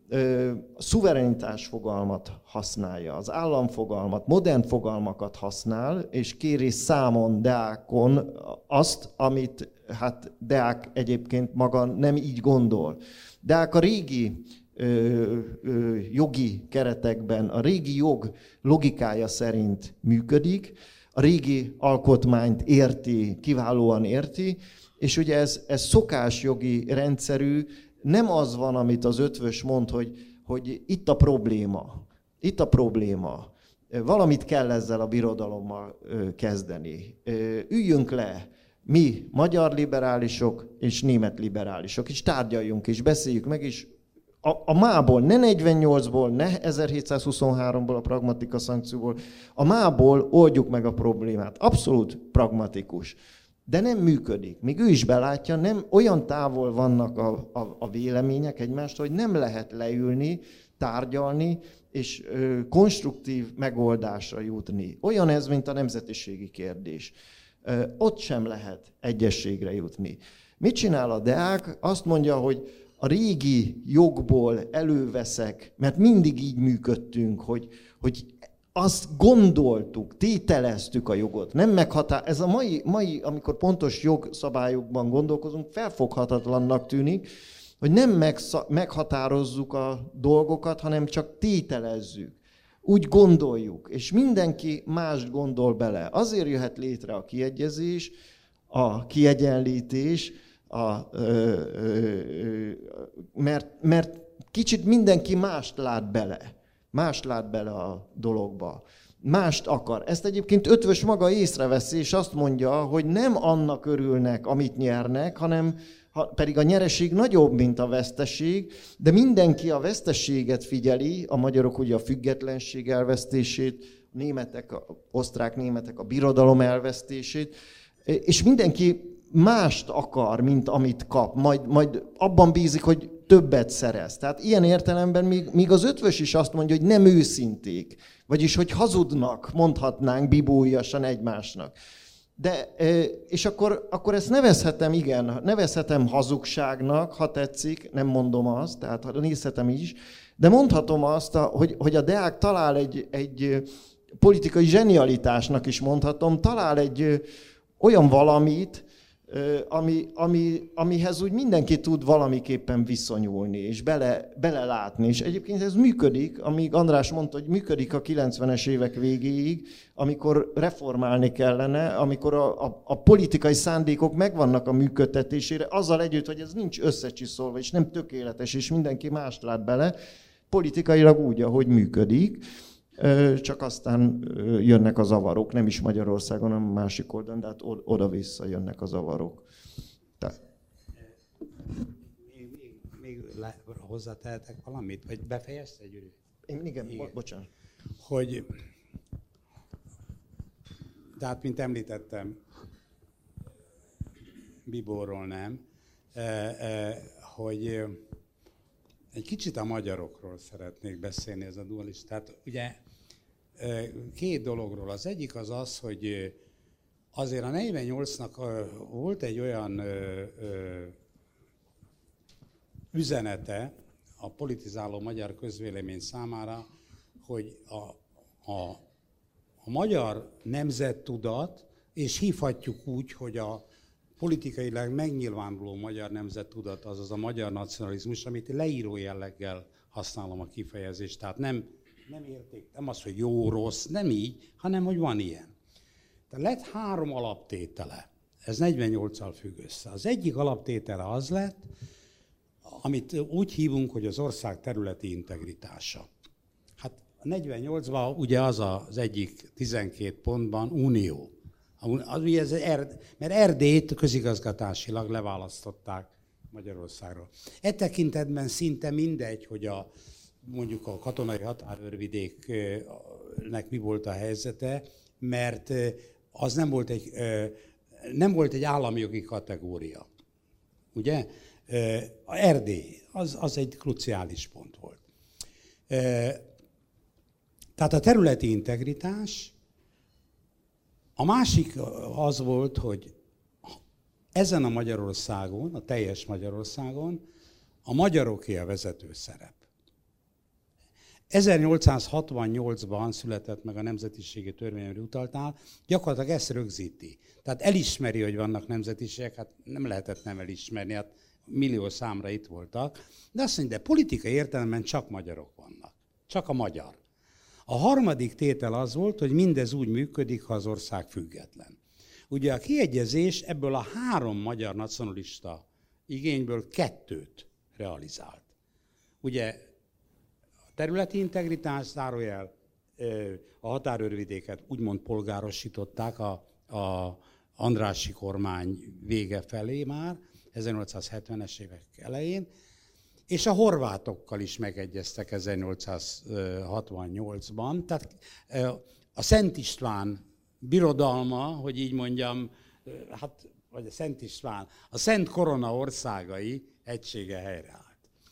szuverenitás fogalmat használja, az államfogalmat, modern fogalmakat használ, és kéri számon Deákon azt, amit hát Deák egyébként maga nem így gondol. Deák a régi ö, ö, jogi keretekben, a régi jog logikája szerint működik, a régi alkotmányt érti, kiválóan érti, és ugye ez, ez szokásjogi rendszerű, nem az van, amit az Ötvös mond, hogy, hogy itt a probléma, itt a probléma, valamit kell ezzel a birodalommal kezdeni. Üljünk le, mi, magyar liberálisok és német liberálisok, és tárgyaljunk, és beszéljük meg, és a, a mából, ne negyvennyolcból, ne ezerhétszázhuszonháromból, a pragmatika szankcióból, a mából oldjuk meg a problémát. Abszolút pragmatikus. De nem működik. Míg ő is belátja, nem olyan távol vannak a, a, a vélemények egymástól, hogy nem lehet leülni, tárgyalni, és ö, konstruktív megoldásra jutni. Olyan ez, mint a nemzetiségi kérdés. Ö, ott sem lehet egyességre jutni. Mit csinál a Deák? Azt mondja, hogy a régi jogból előveszek, mert mindig így működtünk, hogy, hogy azt gondoltuk, tételeztük a jogot. Nem meghatár... Ez a mai, mai, amikor pontos jogszabályokban gondolkozunk, felfoghatatlannak tűnik, hogy nem megsz... meghatározzuk a dolgokat, hanem csak tételezzük. Úgy gondoljuk, és mindenki mást gondol bele. Azért jöhet létre a kiegyezés, a kiegyenlítés, a, ö, ö, ö, mert, mert kicsit mindenki mást lát bele. Mást lát bele a dologba. Mást akar. Ezt egyébként Ötvös maga észreveszi, és azt mondja, hogy nem annak örülnek, amit nyernek, hanem ha, pedig a nyereség nagyobb, mint a veszteség, de mindenki a veszteséget figyeli, a magyarok ugye a függetlenség elvesztését, a németek, a osztrák németek a birodalom elvesztését, és mindenki mást akar, mint amit kap, majd, majd abban bízik, hogy többet szerez. Tehát ilyen értelemben még, még az Ötvös is azt mondja, hogy nem őszinték, vagyis hogy hazudnak, mondhatnánk bibójasan egymásnak. De, és akkor, akkor ezt nevezhetem, igen, nevezhetem hazugságnak, ha tetszik, nem mondom azt, tehát nézhetem is, de mondhatom azt, hogy, hogy a Deák talál egy, egy politikai zsenialitásnak is mondhatom, talál egy olyan valamit, Ami, ami, amihez úgy mindenki tud valamiképpen viszonyulni, és bele, belelátni. És egyébként ez működik, amíg András mondta, hogy működik a kilencvenes évek végéig, amikor reformálni kellene, amikor a, a, a politikai szándékok megvannak a működtetésére, azzal együtt, hogy ez nincs összecsiszolva, és nem tökéletes, és mindenki mást lát bele, politikailag úgy, ahogy működik. Csak aztán jönnek a zavarok, nem is Magyarországon, hanem másik oldalon, de hát oda-vissza jönnek a zavarok. Tehát. Még, még, még le, hozzátehetek valamit? Vagy befejezte, Gyuri? Én, igen, igen. bocsánat. Hogy, tehát, mint említettem, Bibóról nem, hogy egy kicsit a magyarokról szeretnék beszélni, ez a dualista. Tehát ugye két dologról. Az egyik az az, hogy azért a negyvennyolcnak volt egy olyan üzenete a politizáló magyar közvélemény számára, hogy a, a, a magyar nemzettudat, és hívhatjuk úgy, hogy a politikailag megnyilvánuló magyar nemzettudat, azaz a magyar nacionalizmus, amit leíró jelleggel használom a kifejezést. Tehát nem, nem érték, nem az, hogy jó, rossz, nem így, hanem hogy van ilyen. Tehát lett három alaptétele. Ez negyvennyolccal függ össze. Az egyik alaptétele az lett, amit úgy hívunk, hogy az ország területi integritása. Hát a negyvennyolcban ugye az az egyik tizenkét pontban unió. Az, ugye ez Erd, mert Erdélyt közigazgatásilag leválasztották Magyarországról. E tekintetben szinte mindegy, hogy a, mondjuk a katonai határőrvidéknek mi volt a helyzete, mert az nem volt egy, nem volt egy államjogi kategória. Ugye? A Erdély, az, az egy kruciális pont volt. Tehát a területi integritás. A másik az volt, hogy ezen a Magyarországon, a teljes Magyarországon a magyaroké a vezető szerep. ezernyolcszázhatvannyolcban született meg a nemzetiségi törvény, amire utaltál, gyakorlatilag ezt rögzíti. Tehát elismeri, hogy vannak nemzetiségek, hát nem lehetett nem elismerni, hát millió számra itt voltak, de azt mondja, de politikai értelemben csak magyarok vannak. Csak a magyar. A harmadik tétel az volt, hogy mindez úgy működik, ha az ország független. Ugye a kiegyezés ebből a három magyar nacionalista igényből kettőt realizált. Ugye a területi integritás, zárójel, a határőrvidéket úgymond polgárosították a, a Andrássy kormány vége felé már, ezernyolcszázhetvenes évek elején, és a horvátokkal is megegyeztek ezernyolcszázhatvannyolcban. Tehát a Szent István birodalma, hogy így mondjam, hát, vagy a Szent István, a Szent Korona országai egysége helyreállt.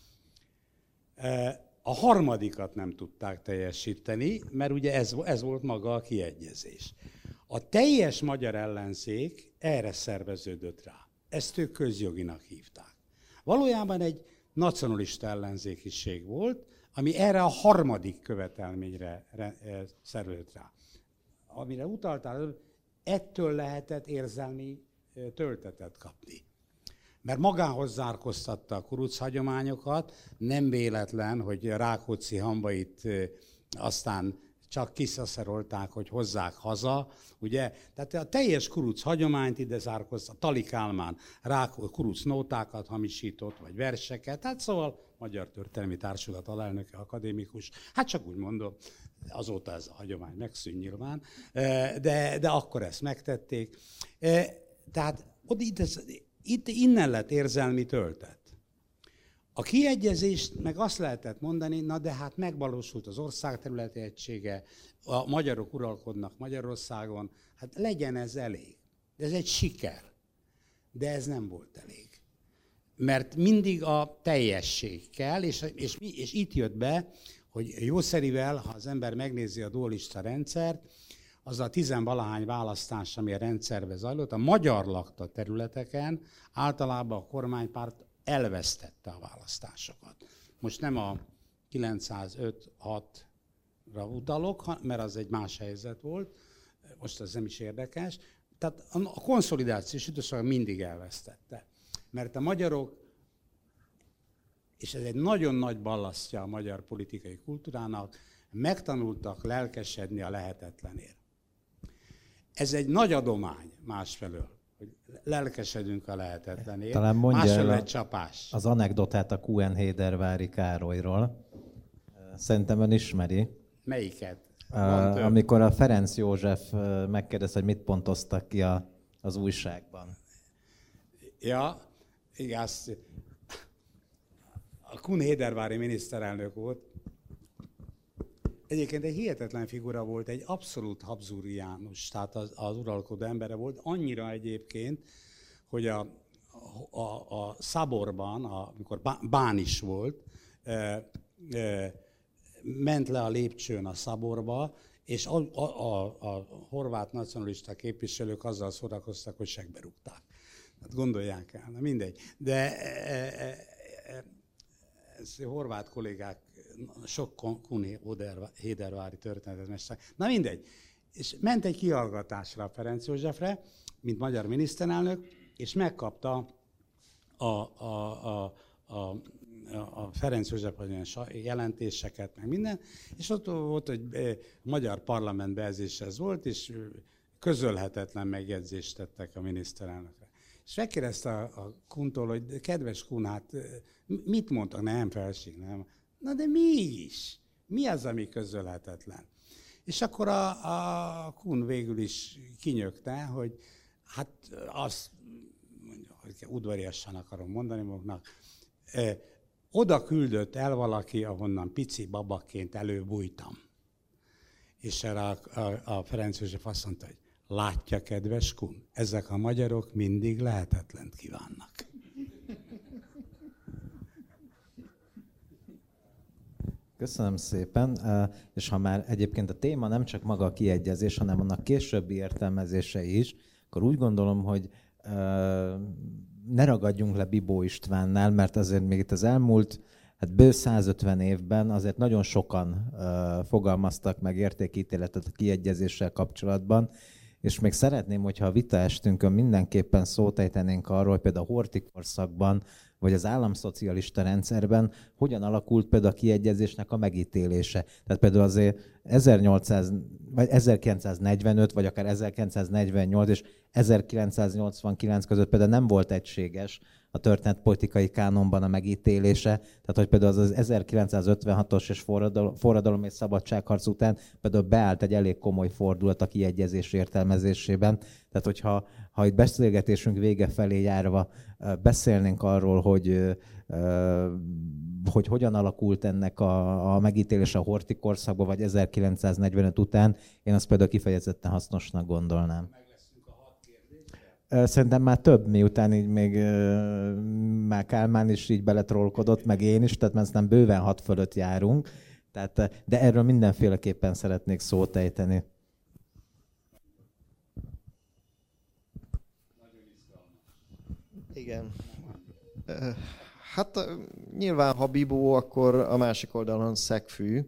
A harmadikat nem tudták teljesíteni, mert ugye ez, ez volt maga a kiegyezés. A teljes magyar ellenzék erre szerveződött rá. Ezt ők közjoginak hívták. Valójában egy nacionalista ellenzékiség volt, ami erre a harmadik követelményre szerveződött rá. Amire utaltál, ettől lehetett érzelmi töltetet kapni. Mert magához zárkoztatta a kuruc hagyományokat, nem véletlen, hogy Rákóczi hambait aztán csak kiszaszerolták, hogy hozzák haza, ugye? Tehát a teljes kuruc hagyományt ide zárkozta, Tali Kálmán Rákóczi kuruc nótákat hamisított, vagy verseket, hát szóval Magyar Történelmi Társulat alelnöke, akadémikus, hát csak úgy mondom, azóta ez a hagyomány megszűnt nyilván, de, de akkor ezt megtették. Tehát itt, itt innen lett érzelmi töltet. A kiegyezést meg azt lehetett mondani, na de hát megvalósult az ország területi egysége, a magyarok uralkodnak Magyarországon, hát legyen ez elég. De ez egy siker. De ez nem volt elég. Mert mindig a teljesség kell, és, és, és itt jött be, hogy jószerivel, ha az ember megnézi a dualista rendszert, az a tizenvalahány választás, ami a rendszerbe zajlott, a magyar lakta területeken általában a kormánypárt elvesztette a választásokat. Most nem a kilencszázöt-hatra utalok, mert az egy más helyzet volt, most ez nem is érdekes. Tehát a konszolidációs időszak mindig elvesztette. Mert a magyarok, és ez egy nagyon nagy ballasztja a magyar politikai kultúrának, megtanultak lelkesedni a lehetetlenért. Ez egy nagy adomány másfelől, hogy lelkesedünk a lehetetlenért. Talán mondja el egy csapás. Az anekdotát a Kuenhédervári Károlyról. Szerintem ön ismeri. Melyiket? Uh, amikor a Ferenc József megkérdezte, hogy mit pontoztak ki a, az újságban. Ja, igaz. A Kuenhédervári miniszterelnök volt. Egyébként egy hihetetlen figura volt, egy abszolút habsburgiánus, tehát az, az uralkodó embere volt, annyira egyébként, hogy a, a, a Szaborban, a, amikor bán is volt, e, e, ment le a lépcsőn a Szaborba, és a, a, a, a horvát nacionalista képviselők azzal szórakoztak, hogy segbe rúgták. Hát gondolják el, na mindegy. De e, e, e, ez horvát kollégák sok Kuenhédervári történetet meséltek. Na mindegy. És ment egy kihallgatásra a Ferenc Józsefre, mint magyar miniszterelnök, és megkapta a, a, a, a, a Ferenc József jelentéseket, meg minden, és ott volt, hogy a magyar parlament bejelzéshez volt, és közölhetetlen megjegyzést tettek a miniszterelnökre. És megkérdezte a, a Kuntól, hogy kedves Kun, hát mit mondtak? Nem, felség, nem. Na de mégis, mi az, ami közölhetetlen? És akkor a, a Kun végül is kinyögte, hogy hát azt, hogy udvariasan akarom mondani maguknak, eh, oda küldött el valaki, ahonnan pici babaként előbújtam. És erre a, a, a Ferenc József azt mondta, hogy látja, kedves Kun, ezek a magyarok mindig lehetetlent kívánnak. Köszönöm szépen, és ha már egyébként a téma nem csak maga a kiegyezés, hanem annak későbbi értelmezése is, akkor úgy gondolom, hogy ne ragadjunk le Bibó Istvánnál, mert azért még itt az elmúlt hát bő százötven évben azért nagyon sokan uh, fogalmaztak meg értékítéletet a kiegyezéssel kapcsolatban, és még szeretném, hogyha a vitaestünkön mindenképpen szót ejtenénk arról, hogy például a Horthy korszakban, vagy az államszocialista rendszerben hogyan alakult például a kiegyezésnek a megítélése. Tehát például azért ezernyolcszáz, vagy ezerkilencszáznegyvenöt, vagy akár ezerkilencszáznegyvennyolc és ezerkilencszáznyolcvankilenc között például nem volt egységes a történetpolitikai kánonban a megítélése. Tehát, hogy például az, az ezerkilencszázötvenhatos és forradalom, forradalom és szabadságharc után például beállt egy elég komoly fordulat a kiegyezés értelmezésében. Tehát, hogyha ha itt beszélgetésünk vége felé járva beszélnénk arról, hogy, hogy hogyan alakult ennek a, a megítélése a Horthy korszakban, vagy ezerkilencszáznegyvenöt után, én azt például kifejezetten hasznosnak gondolnám. Szerintem már több, miután így még már Kálmán is így beletrollkodott, meg én is, tehát aztán bőven hat fölött járunk, tehát, de erről mindenféleképpen szeretnék szót ejteni. Igen. Hát nyilván, ha Bibó, akkor a másik oldalon Szegfű,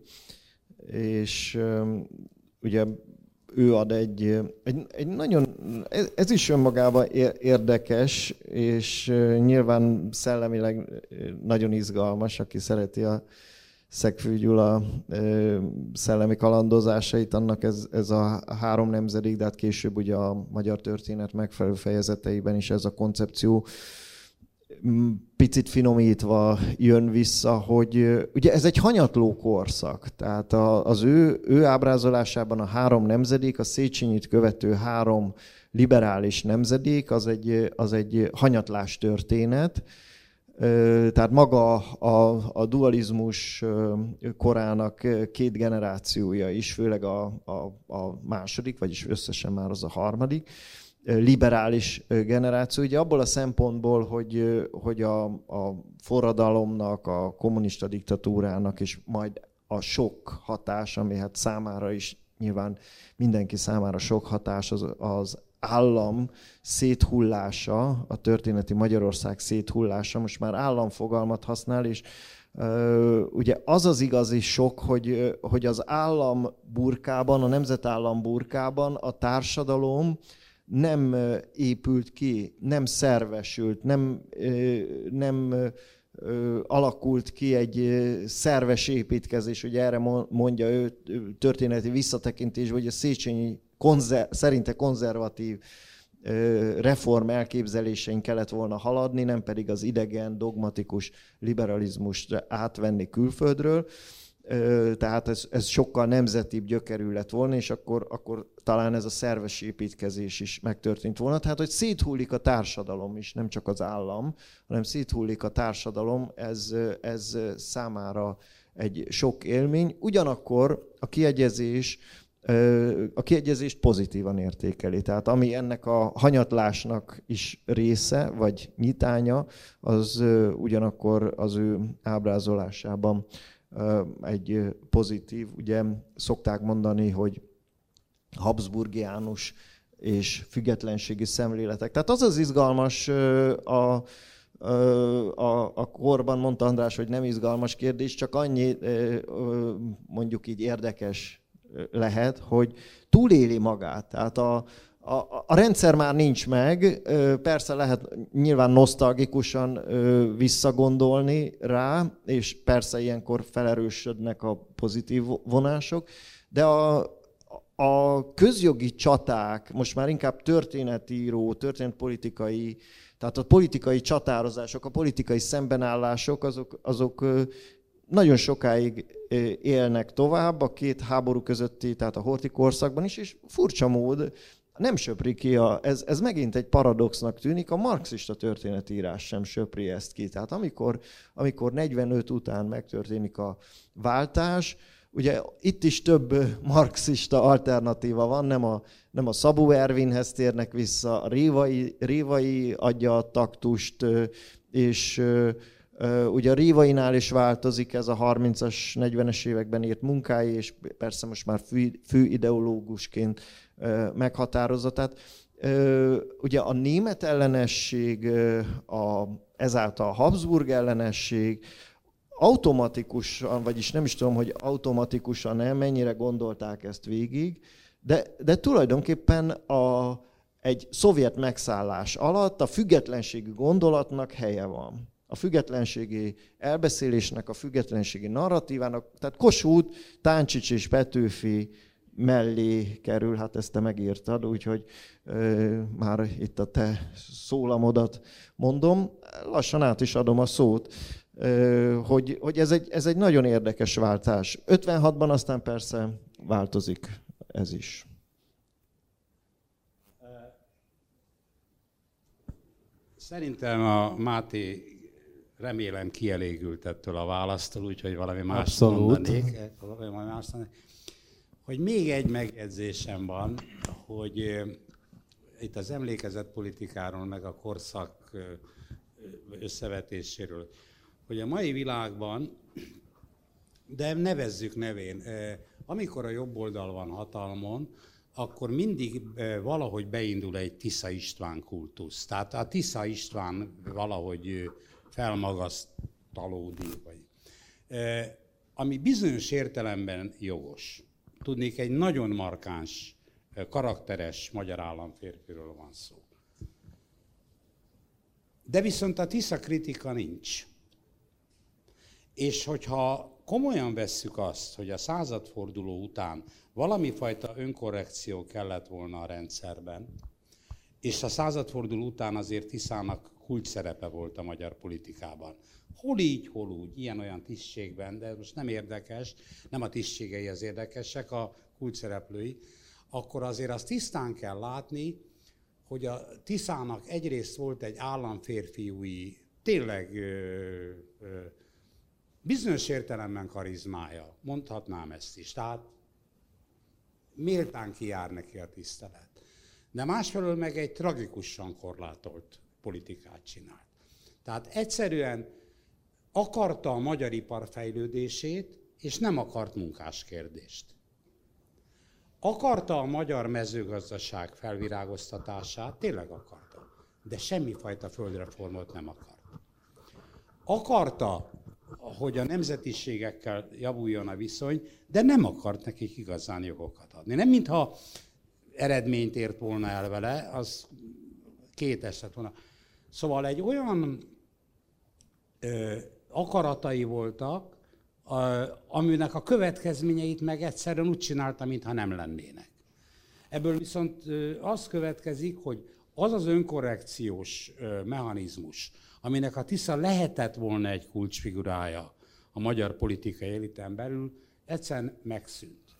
és ugye ő ad egy, egy, egy nagyon, ez is önmagában érdekes, és nyilván szellemileg nagyon izgalmas, aki szereti a Szegfű Gyula szellemi kalandozásait, annak ez, ez a három nemzedék, de hát később ugye a magyar történet megfelelő fejezeteiben is ez a koncepció picit finomítva jön vissza, hogy ugye ez egy hanyatló korszak, tehát az ő, ő ábrázolásában a három nemzedék, a Széchenyit követő három liberális nemzedék, az egy, az egy hanyatlás történet. Tehát maga a, a dualizmus korának két generációja is, főleg a, a, a második, vagyis összesen már az a harmadik, liberális generáció, ugye abból a szempontból, hogy, hogy a, a forradalomnak, a kommunista diktatúrának és majd a sok hatás, ami hát számára is nyilván mindenki számára sok hatás, az, az állam széthullása, a történeti Magyarország széthullása, most már államfogalmat használ, és uh, ugye az az igazi sok, hogy, hogy az állam burkában, a nemzetállam burkában a társadalom nem épült ki, nem szervesült, nem, nem alakult ki egy szerves építkezés, hogy erre mondja ő történeti visszatekintés, vagy a Széchenyi konzer- szerinte konzervatív reform elképzelésein kellett volna haladni, nem pedig az idegen, dogmatikus liberalizmust átvenni külföldről. Tehát ez, ez sokkal nemzetibb gyökerű lett volna, és akkor, akkor talán ez a szerves építkezés is megtörtént volna. Tehát, hogy széthullik a társadalom is, nem csak az állam, hanem széthullik a társadalom, ez, ez számára egy sok élmény. Ugyanakkor a kiegyezés, a kiegyezést pozitívan értékeli. Tehát ami ennek a hanyatlásnak is része, vagy nyitánya, az ugyanakkor az ő ábrázolásában egy pozitív, ugye szokták mondani, hogy habsburgiánus és függetlenségi szemléletek. Tehát az az izgalmas a, a, a korban, mondta András, hogy nem izgalmas kérdés, csak annyi mondjuk így érdekes lehet, hogy túléli magát. Tehát a, A, a rendszer már nincs meg, persze lehet nyilván nosztalgikusan visszagondolni rá, és persze ilyenkor felerősödnek a pozitív vonások, de a, a közjogi csaták, most már inkább történetíró, történetpolitikai, tehát a politikai csatározások, a politikai szembenállások, azok, azok nagyon sokáig élnek tovább a két háború közötti, tehát a Horthy korszakban is, és furcsa mód, nem söpri ki, a, ez, ez megint egy paradoxnak tűnik, a marxista történetírás sem söpri ezt ki. Tehát amikor, amikor negyvenöt után megtörténik a váltás, ugye itt is több marxista alternatíva van, nem a, nem a Szabó Ervinhez térnek vissza, a Révai, Révai adja a taktust, és ugye a Révainál is változik ez a harmincas, negyvenes években írt munkái, és persze most már fő, fő ideológusként meghatározza. Tehát ugye a német ellenesség, a, ezáltal a Habsburg ellenesség, automatikusan, vagyis nem is tudom, hogy automatikusan nem, mennyire gondolták ezt végig, de, de tulajdonképpen a, egy szovjet megszállás alatt a függetlenségi gondolatnak helye van. A függetlenségi elbeszélésnek, a függetlenségi narratívának, tehát Kossuth, Táncsics és Petőfi mellé kerül, hát ezt te megírtad, úgyhogy ö, már itt a te szólamodat mondom. Lassan át is adom a szót, ö, hogy, hogy ez, egy, ez egy nagyon érdekes váltás. ötvenhatban aztán persze változik ez is. Szerintem a Máté remélem kielégült ettől a választól, úgyhogy valami más Abszolút. mondanék. Valami más mondanék. Hogy még egy megjegyzésem van, hogy itt az emlékezetpolitikáról, meg a korszak összevetéséről, hogy a mai világban, de nevezzük nevén, amikor a jobb oldal van hatalmon, akkor mindig valahogy beindul egy Tisza István kultusz. Tehát a Tisza István valahogy felmagasztalódik, vagy, ami bizonyos értelemben jogos. Tudnék, egy nagyon markáns, karakteres magyar államférfiről van szó. De viszont a Tisza kritika nincs. És hogyha komolyan vesszük azt, hogy a századforduló után valami fajta önkorrekció kellett volna a rendszerben, és a századforduló után azért Tiszának kulcsszerepe volt a magyar politikában. Hol így, hol úgy, ilyen-olyan tisztségben, de most nem érdekes, nem a tisztségei az érdekesek, a kulcsszereplői, akkor azért azt tisztán kell látni, hogy a Tiszának egyrészt volt egy államférfiúi, tényleg ö, ö, bizonyos értelemben karizmája, mondhatnám ezt is, tehát méltán kijár neki a tisztelet. De másfelől meg egy tragikusan korlátolt politikát csinált. Tehát egyszerűen akarta a magyar ipar fejlődését, és nem akart munkáskérdést. Akarta a magyar mezőgazdaság felvirágoztatását, tényleg akarta, de semmifajta földreformot nem akart. Akarta, hogy a nemzetiségekkel javuljon a viszony, de nem akart nekik igazán jogokat adni. Nem mintha eredményt ért volna el vele, az kétes lett volna. Szóval egy olyan ö, akaratai voltak, a, aminek a következményeit meg egyszerűen úgy csinálta, mintha nem lennének. Ebből viszont ö, az következik, hogy az az önkorrekciós ö, mechanizmus, aminek a Tisza lehetett volna egy kulcsfigurája a magyar politikai éliten belül, egyszerűen megszűnt.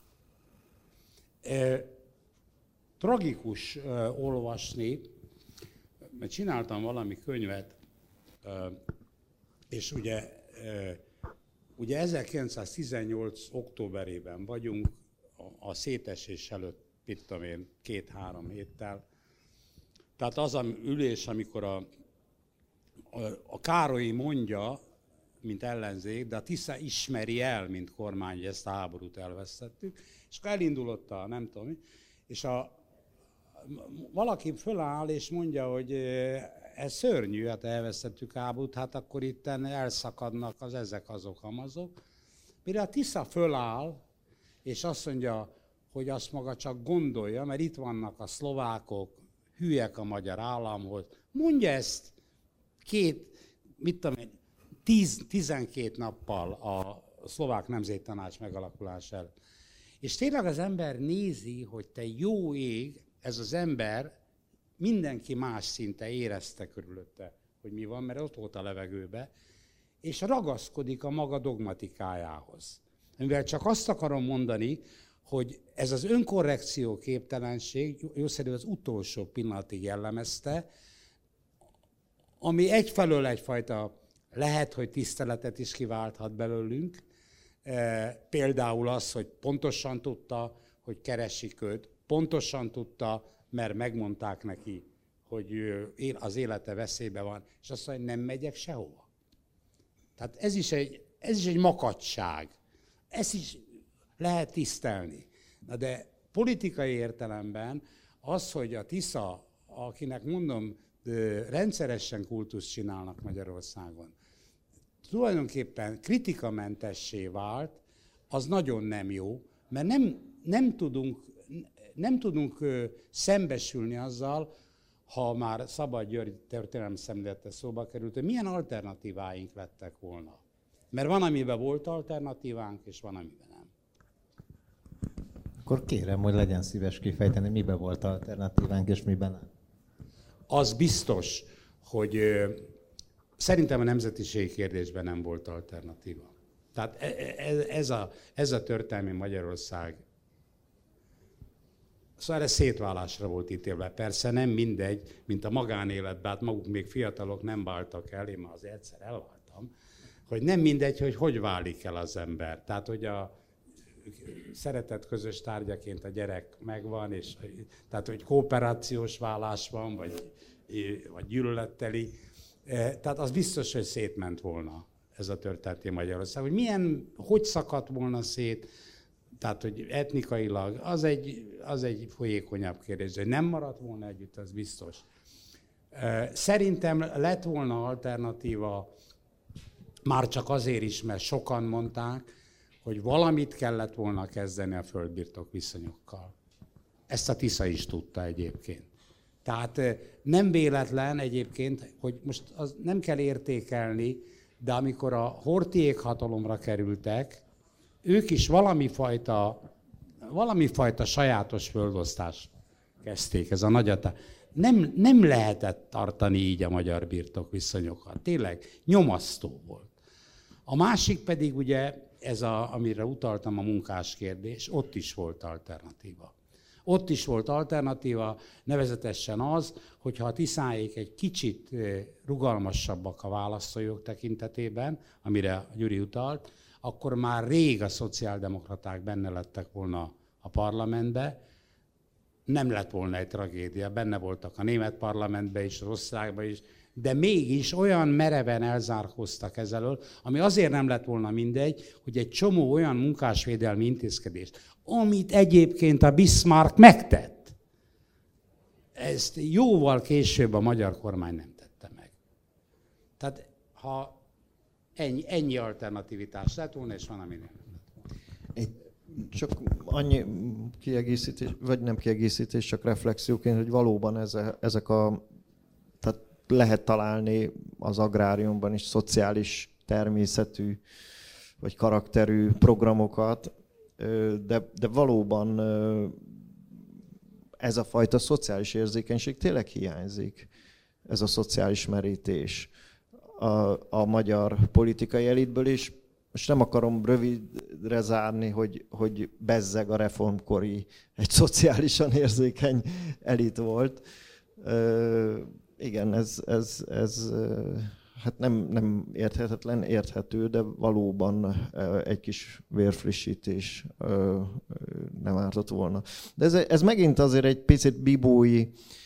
E, tragikus e, olvasni, mert csináltam valami könyvet, e, és ugye, e, ugye ezerkilencszáztizennyolc októberében vagyunk, a, a szétesés előtt, mit tudom én, két-három héttel. Tehát az a ülés, amikor a A Károlyi mondja, mint ellenzék, de a Tisza ismeri el, mint kormány, hogy ezt a háborút elvesztettük, és akkor elindul ott a nem tudom, és a, valaki föláll és mondja, hogy ez szörnyű, hát elvesztettük a háborút, hát akkor itt elszakadnak az ezek azok amazok. Mire a Tisza föláll, és azt mondja, hogy azt maga csak gondolja, mert itt vannak a szlovákok, hülyek a magyar államhoz, mondja ezt két, mit tudom én, tíz, tizenkét nappal a szlovák nemzettanács megalakulására. És tényleg az ember nézi, hogy te jó ég, ez az ember mindenki más szinte érezte körülötte, hogy mi van, mert ott volt a levegőbe, és ragaszkodik a maga dogmatikájához. Mivel csak azt akarom mondani, hogy ez az önkorrekció képtelenség, jószerű az utolsó pillanatig jellemezte, ami egyfelől egyfajta lehet, hogy tiszteletet is kiválthat belőlünk, e, például az, hogy pontosan tudta, hogy keresik őt, pontosan tudta, mert megmondták neki, hogy az élete veszélyben van, és azt mondja, hogy nem megyek sehova. Tehát ez is egy, ez is egy makacság. Ezt is lehet tisztelni. Na de politikai értelemben az, hogy a Tisza, akinek mondom, rendszeresen kultuszt csinálnak Magyarországon, tulajdonképpen kritikamentessé vált, az nagyon nem jó, mert nem, nem tudunk, nem tudunk szembesülni azzal, ha már Szabad György történelmi szemlélete szóba került, hogy milyen alternatíváink lettek volna. Mert van, amiben volt alternatívánk, és van, amiben nem. Akkor kérem, hogy legyen szíves kifejteni, miben volt alternatívánk, és miben nem. Az biztos, hogy ö, szerintem a nemzetiségi kérdésben nem volt alternatíva. Tehát ez, ez, a, ez a történelmi Magyarország, szóval erre szétválásra volt ítélve. Persze nem mindegy, mint a magánéletben, hát maguk még fiatalok nem váltak el, én már az egyszer elváltam, hogy nem mindegy, hogy hogy válik el az ember. Tehát, hogy a szeretet közös tárgyaként a gyerek megvan, és tehát, hogy kooperációs válás van, vagy, vagy gyűlöletteli. Tehát az biztos, hogy szétment volna ez a történeti Magyarország. Hogy milyen, hogy szakadt volna szét, tehát, hogy etnikailag, az egy, az egy folyékonyabb kérdés, hogy nem maradt volna együtt, az biztos. Szerintem lett volna alternatíva, már csak azért is, mert sokan mondták, hogy valamit kellett volna kezdeni a földbirtok viszonyokkal. Ezt a Tisza is tudta egyébként. Tehát nem véletlen egyébként, hogy most az nem kell értékelni, de amikor a Horthyék hatalomra kerültek, ők is valami fajta, valami fajta sajátos földosztást kezdték, ez a nagyata. Nem, nem lehetett tartani így a magyar birtok viszonyokat. Tényleg nyomasztó volt. A másik pedig ugye, ez a, amire utaltam, a munkás kérdés, ott is volt alternatíva. Ott is volt alternatíva, nevezetesen az, hogyha a Tiszáék egy kicsit rugalmasabbak a választójog tekintetében, amire a Gyuri utalt, akkor már rég a szociáldemokraták benne lettek volna a parlamentbe, nem lett volna egy tragédia, benne voltak a német parlamentben is, az osztrákban is, de mégis olyan mereven elzárkóztak ezelől, ami azért nem lett volna mindegy, hogy egy csomó olyan munkásvédelmi intézkedést, amit egyébként a Bismarck megtett, ezt jóval később a magyar kormány nem tette meg. Tehát ha ennyi, ennyi alternativitás lett volna, és van, ami nem lett volna. Egy, csak annyi kiegészítés, vagy nem kiegészítés, csak reflexióként, hogy valóban ezek a, tehát lehet találni az agráriumban is szociális természetű vagy karakterű programokat, de, de valóban ez a fajta szociális érzékenység tényleg hiányzik, ez a szociális merítés a, a magyar politikai elitből is. Most nem akarom rövidre zárni, hogy, hogy bezzeg a reformkori egy szociálisan érzékeny elit volt. Igen, ez, ez, ez hát nem, nem érthetetlen, érthető, de valóban egy kis vérfrissítés nem ártott volna. De ez, ez megint azért egy picit bibói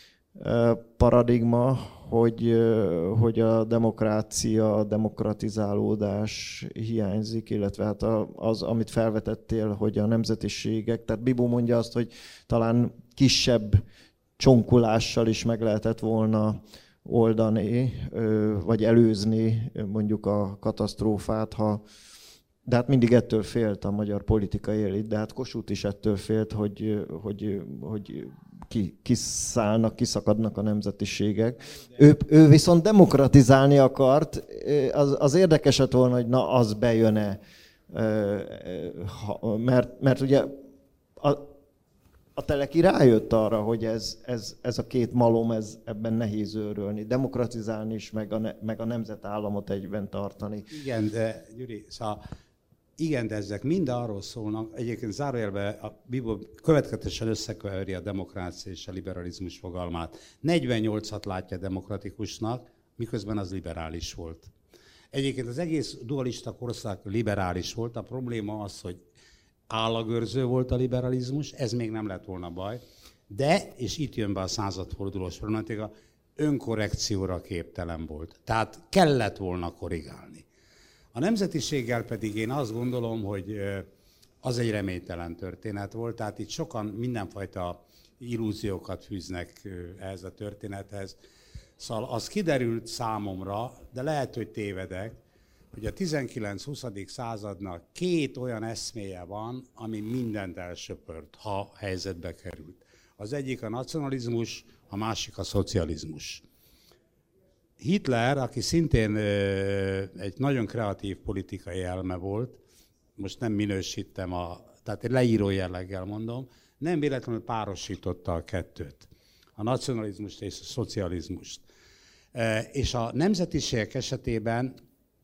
paradigma, hogy, hogy a demokrácia, a demokratizálódás hiányzik, illetve hát az, amit felvetettél, hogy a nemzetiségek, tehát Bibó mondja azt, hogy talán kisebb csonkulással is meg lehetett volna oldani, vagy előzni mondjuk a katasztrófát, ha, de hát mindig ettől félt a magyar politikai elit, de hát Kossuth is ettől félt, hogy, hogy, hogy ki, kiszállnak, kiszakadnak a nemzetiségek. Ő, ő viszont demokratizálni akart, az, az érdekes lett volna, hogy na, az bejön-e, mert, mert ugye a, a Teleki rájött arra, hogy ez, ez, ez a két malom, ez, ebben nehéz őrölni, demokratizálni is, meg a, ne, meg a nemzetállamot egyben tartani. Igen, de Gyuri, szóval, igen, de ezek mind arról szólnak, egyébként zárójelben a Bibó következetesen összeköveri a demokrácia és a liberalizmus fogalmát. negyvennyolcat látja demokratikusnak, miközben az liberális volt. Egyébként az egész dualista korszak liberális volt, a probléma az, hogy állagőrző volt a liberalizmus, ez még nem lett volna baj, de, és itt jön be a századfordulós problematika, önkorrekcióra képtelen volt. Tehát kellett volna korrigálni. A nemzetiséggel pedig én azt gondolom, hogy az egy reménytelen történet volt, tehát itt sokan mindenfajta illúziókat fűznek ehhez a történethez. Szóval az kiderült számomra, de lehet, hogy tévedek, hogy a tizenkilenc-huszadik századnak két olyan eszméje van, ami mindent elsöpört, ha helyzetbe került. Az egyik a nacionalizmus, a másik a szocializmus. Hitler, aki szintén egy nagyon kreatív politikai elme volt, most nem minősítem, a, tehát egy leíró jelleggel mondom, nem véletlenül párosította a kettőt, a nacionalizmust és a szocializmust. És a nemzetiségek esetében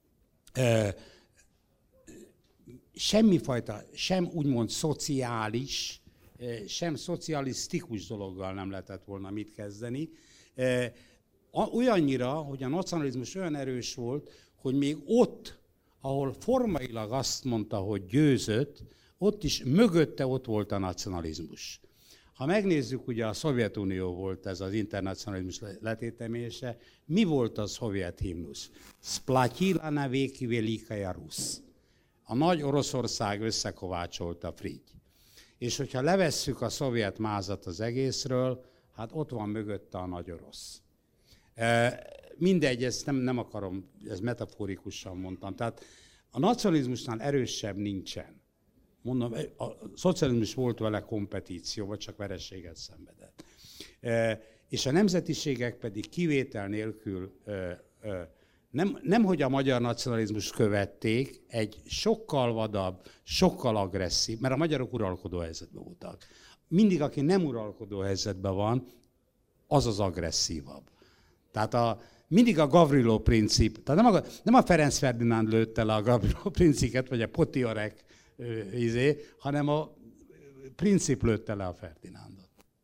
semmifajta, sem úgymond szociális, sem szocialisztikus dologgal nem lehetett volna mit kezdeni. Olyannyira, hogy a nacionalizmus olyan erős volt, hogy még ott, ahol formailag azt mondta, hogy győzött, ott is mögötte ott volt a nacionalizmus. Ha megnézzük, ugye a Szovjetunió volt ez az internacionalizmus letétemése, mi volt a szovjet himnusz? Splatila na veki velikaja Rusz. A nagy Oroszország összekovácsolta Frigy. És hogyha levesszük a szovjet mázat az egészről, hát ott van mögötte a nagy orosz. Mindegy, ezt nem, nem akarom, ez metaforikusan mondtam. Tehát a nacionalizmusnál erősebb nincsen. Mondom, a szocializmus volt vele kompetíció, vagy csak vereséget szenvedett. És a nemzetiségek pedig kivétel nélkül nem, nem hogy a magyar nacionalizmus követték, egy sokkal vadabb, sokkal agresszív, mert a magyarok uralkodó helyzetben voltak. Mindig, aki nem uralkodó helyzetben van, az az agresszívabb. Tehát a, mindig a Gavrilo princip, tehát nem a, nem a Ferenc Ferdinánd lőtte le a Gavrilo principet, vagy a Potiorek izé, hanem a princip lőtte le a Ferdinándot.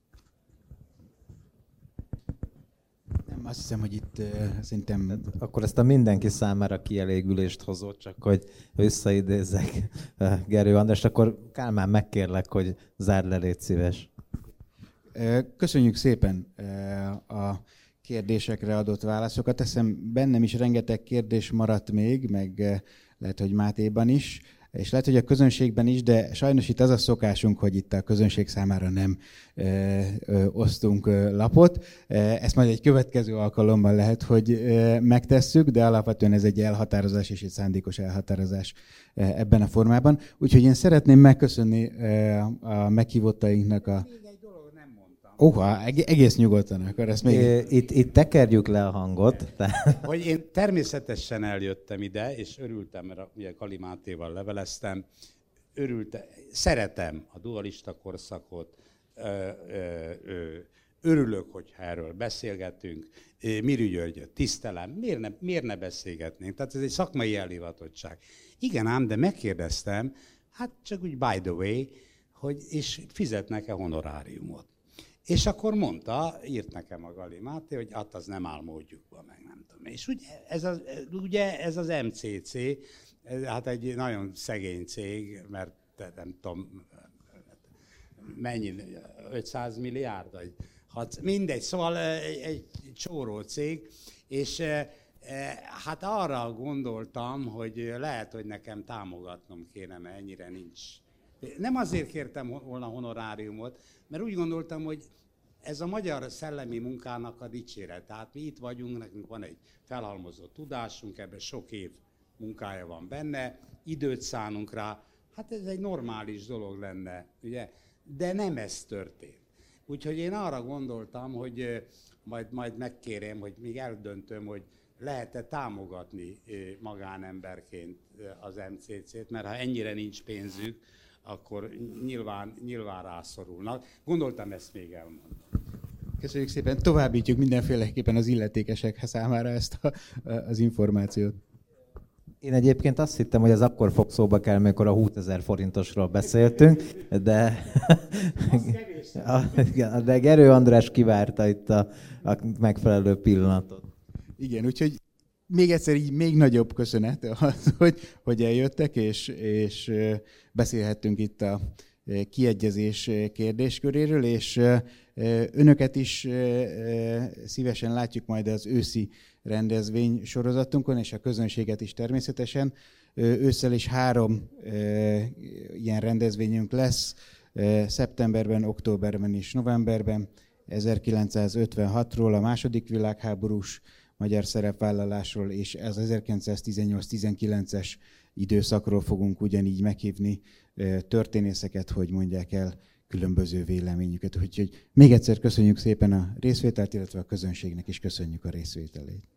Nem, azt hiszem, hogy itt uh, szerintem... Akkor ezt a mindenki számára kielégülést hozott, csak hogy visszaidézzek uh, Gerő Andrást, akkor Kálmán, megkérlek, hogy zárd le, légy szíves. Köszönjük szépen uh, a kérdésekre adott válaszokat. Eszem, bennem is rengeteg kérdés maradt még, meg uh, lehet, hogy Mátéban is, és lehet, hogy a közönségben is, de sajnos itt az a szokásunk, hogy itt a közönség számára nem ö, ö, osztunk ö, lapot. Ezt majd egy következő alkalommal lehet, hogy ö, megtesszük, de alapvetően ez egy elhatározás és egy szándékos elhatározás ö, ebben a formában. Úgyhogy én szeretném megköszönni ö, a meghívottainknak a... Oha, egész nyugodtan, akkor ezt még... Itt, itt tekerjük le a hangot. Hogy én természetesen eljöttem ide, és örültem, mert ugye Kali Mátéval leveleztem, örültem, szeretem a dualista korszakot, örülök, hogyha erről beszélgetünk, Miri Györgyöt tisztelem, miért ne, miért ne beszélgetnénk? Tehát ez egy szakmai elhivatottság. Igen ám, de megkérdeztem, hát csak úgy by the way, hogy és fizetnek-e honoráriumot. És akkor mondta, írt nekem a Gali Máté, hogy hát az nem áll módjukban, meg nem tudom. És ugye ez az, ugye ez az em cé cé, hát egy nagyon szegény cég, mert nem tudom, mennyi, ötszáz milliárd, vagy hat, mindegy, szóval egy, egy csóró cég, és hát arra gondoltam, hogy lehet, hogy nekem támogatnom kéne, mert ennyire nincs. Nem azért kértem volna honoráriumot, mert úgy gondoltam, hogy ez a magyar szellemi munkának a dicséret. Tehát mi itt vagyunk, nekünk van egy felhalmozott tudásunk, ebben sok év munkája van benne, időt szánunk rá, hát ez egy normális dolog lenne, ugye? De nem ez történt. Úgyhogy én arra gondoltam, hogy majd, majd megkérem, hogy még eldöntöm, hogy lehet-e támogatni magánemberként az em cé cét, mert ha ennyire nincs pénzük, akkor nyilván, nyilván rászorulnak. Gondoltam ezt még elmondani. Köszönjük szépen. Továbbítjuk mindenféleképpen az illetékesek számára ezt a, az információt. Én egyébként azt hittem, hogy ez akkor fog szóba kell, amikor a húszezer forintosról beszéltünk, de, de Gerő András kivárta itt a, a megfelelő pillanatot. Igen, úgyhogy még egyszer így még nagyobb köszönet az, hogy, hogy eljöttek, és, és beszélhettünk itt a kiegyezés kérdésköréről, és önöket is szívesen látjuk majd az őszi rendezvény sorozatunkon, és a közönséget is természetesen. Ősszel is három ilyen rendezvényünk lesz, szeptemberben, októberben és novemberben, ezerkilencszázötvenhatról a második világháborús magyar szerepvállalásról, és az ezerkilencszáztizennyolc-tizenkilences időszakról fogunk ugyanígy meghívni történészeket, hogy mondják el különböző véleményüket. Úgyhogy még egyszer köszönjük szépen a részvételt, illetve a közönségnek is köszönjük a részvételét.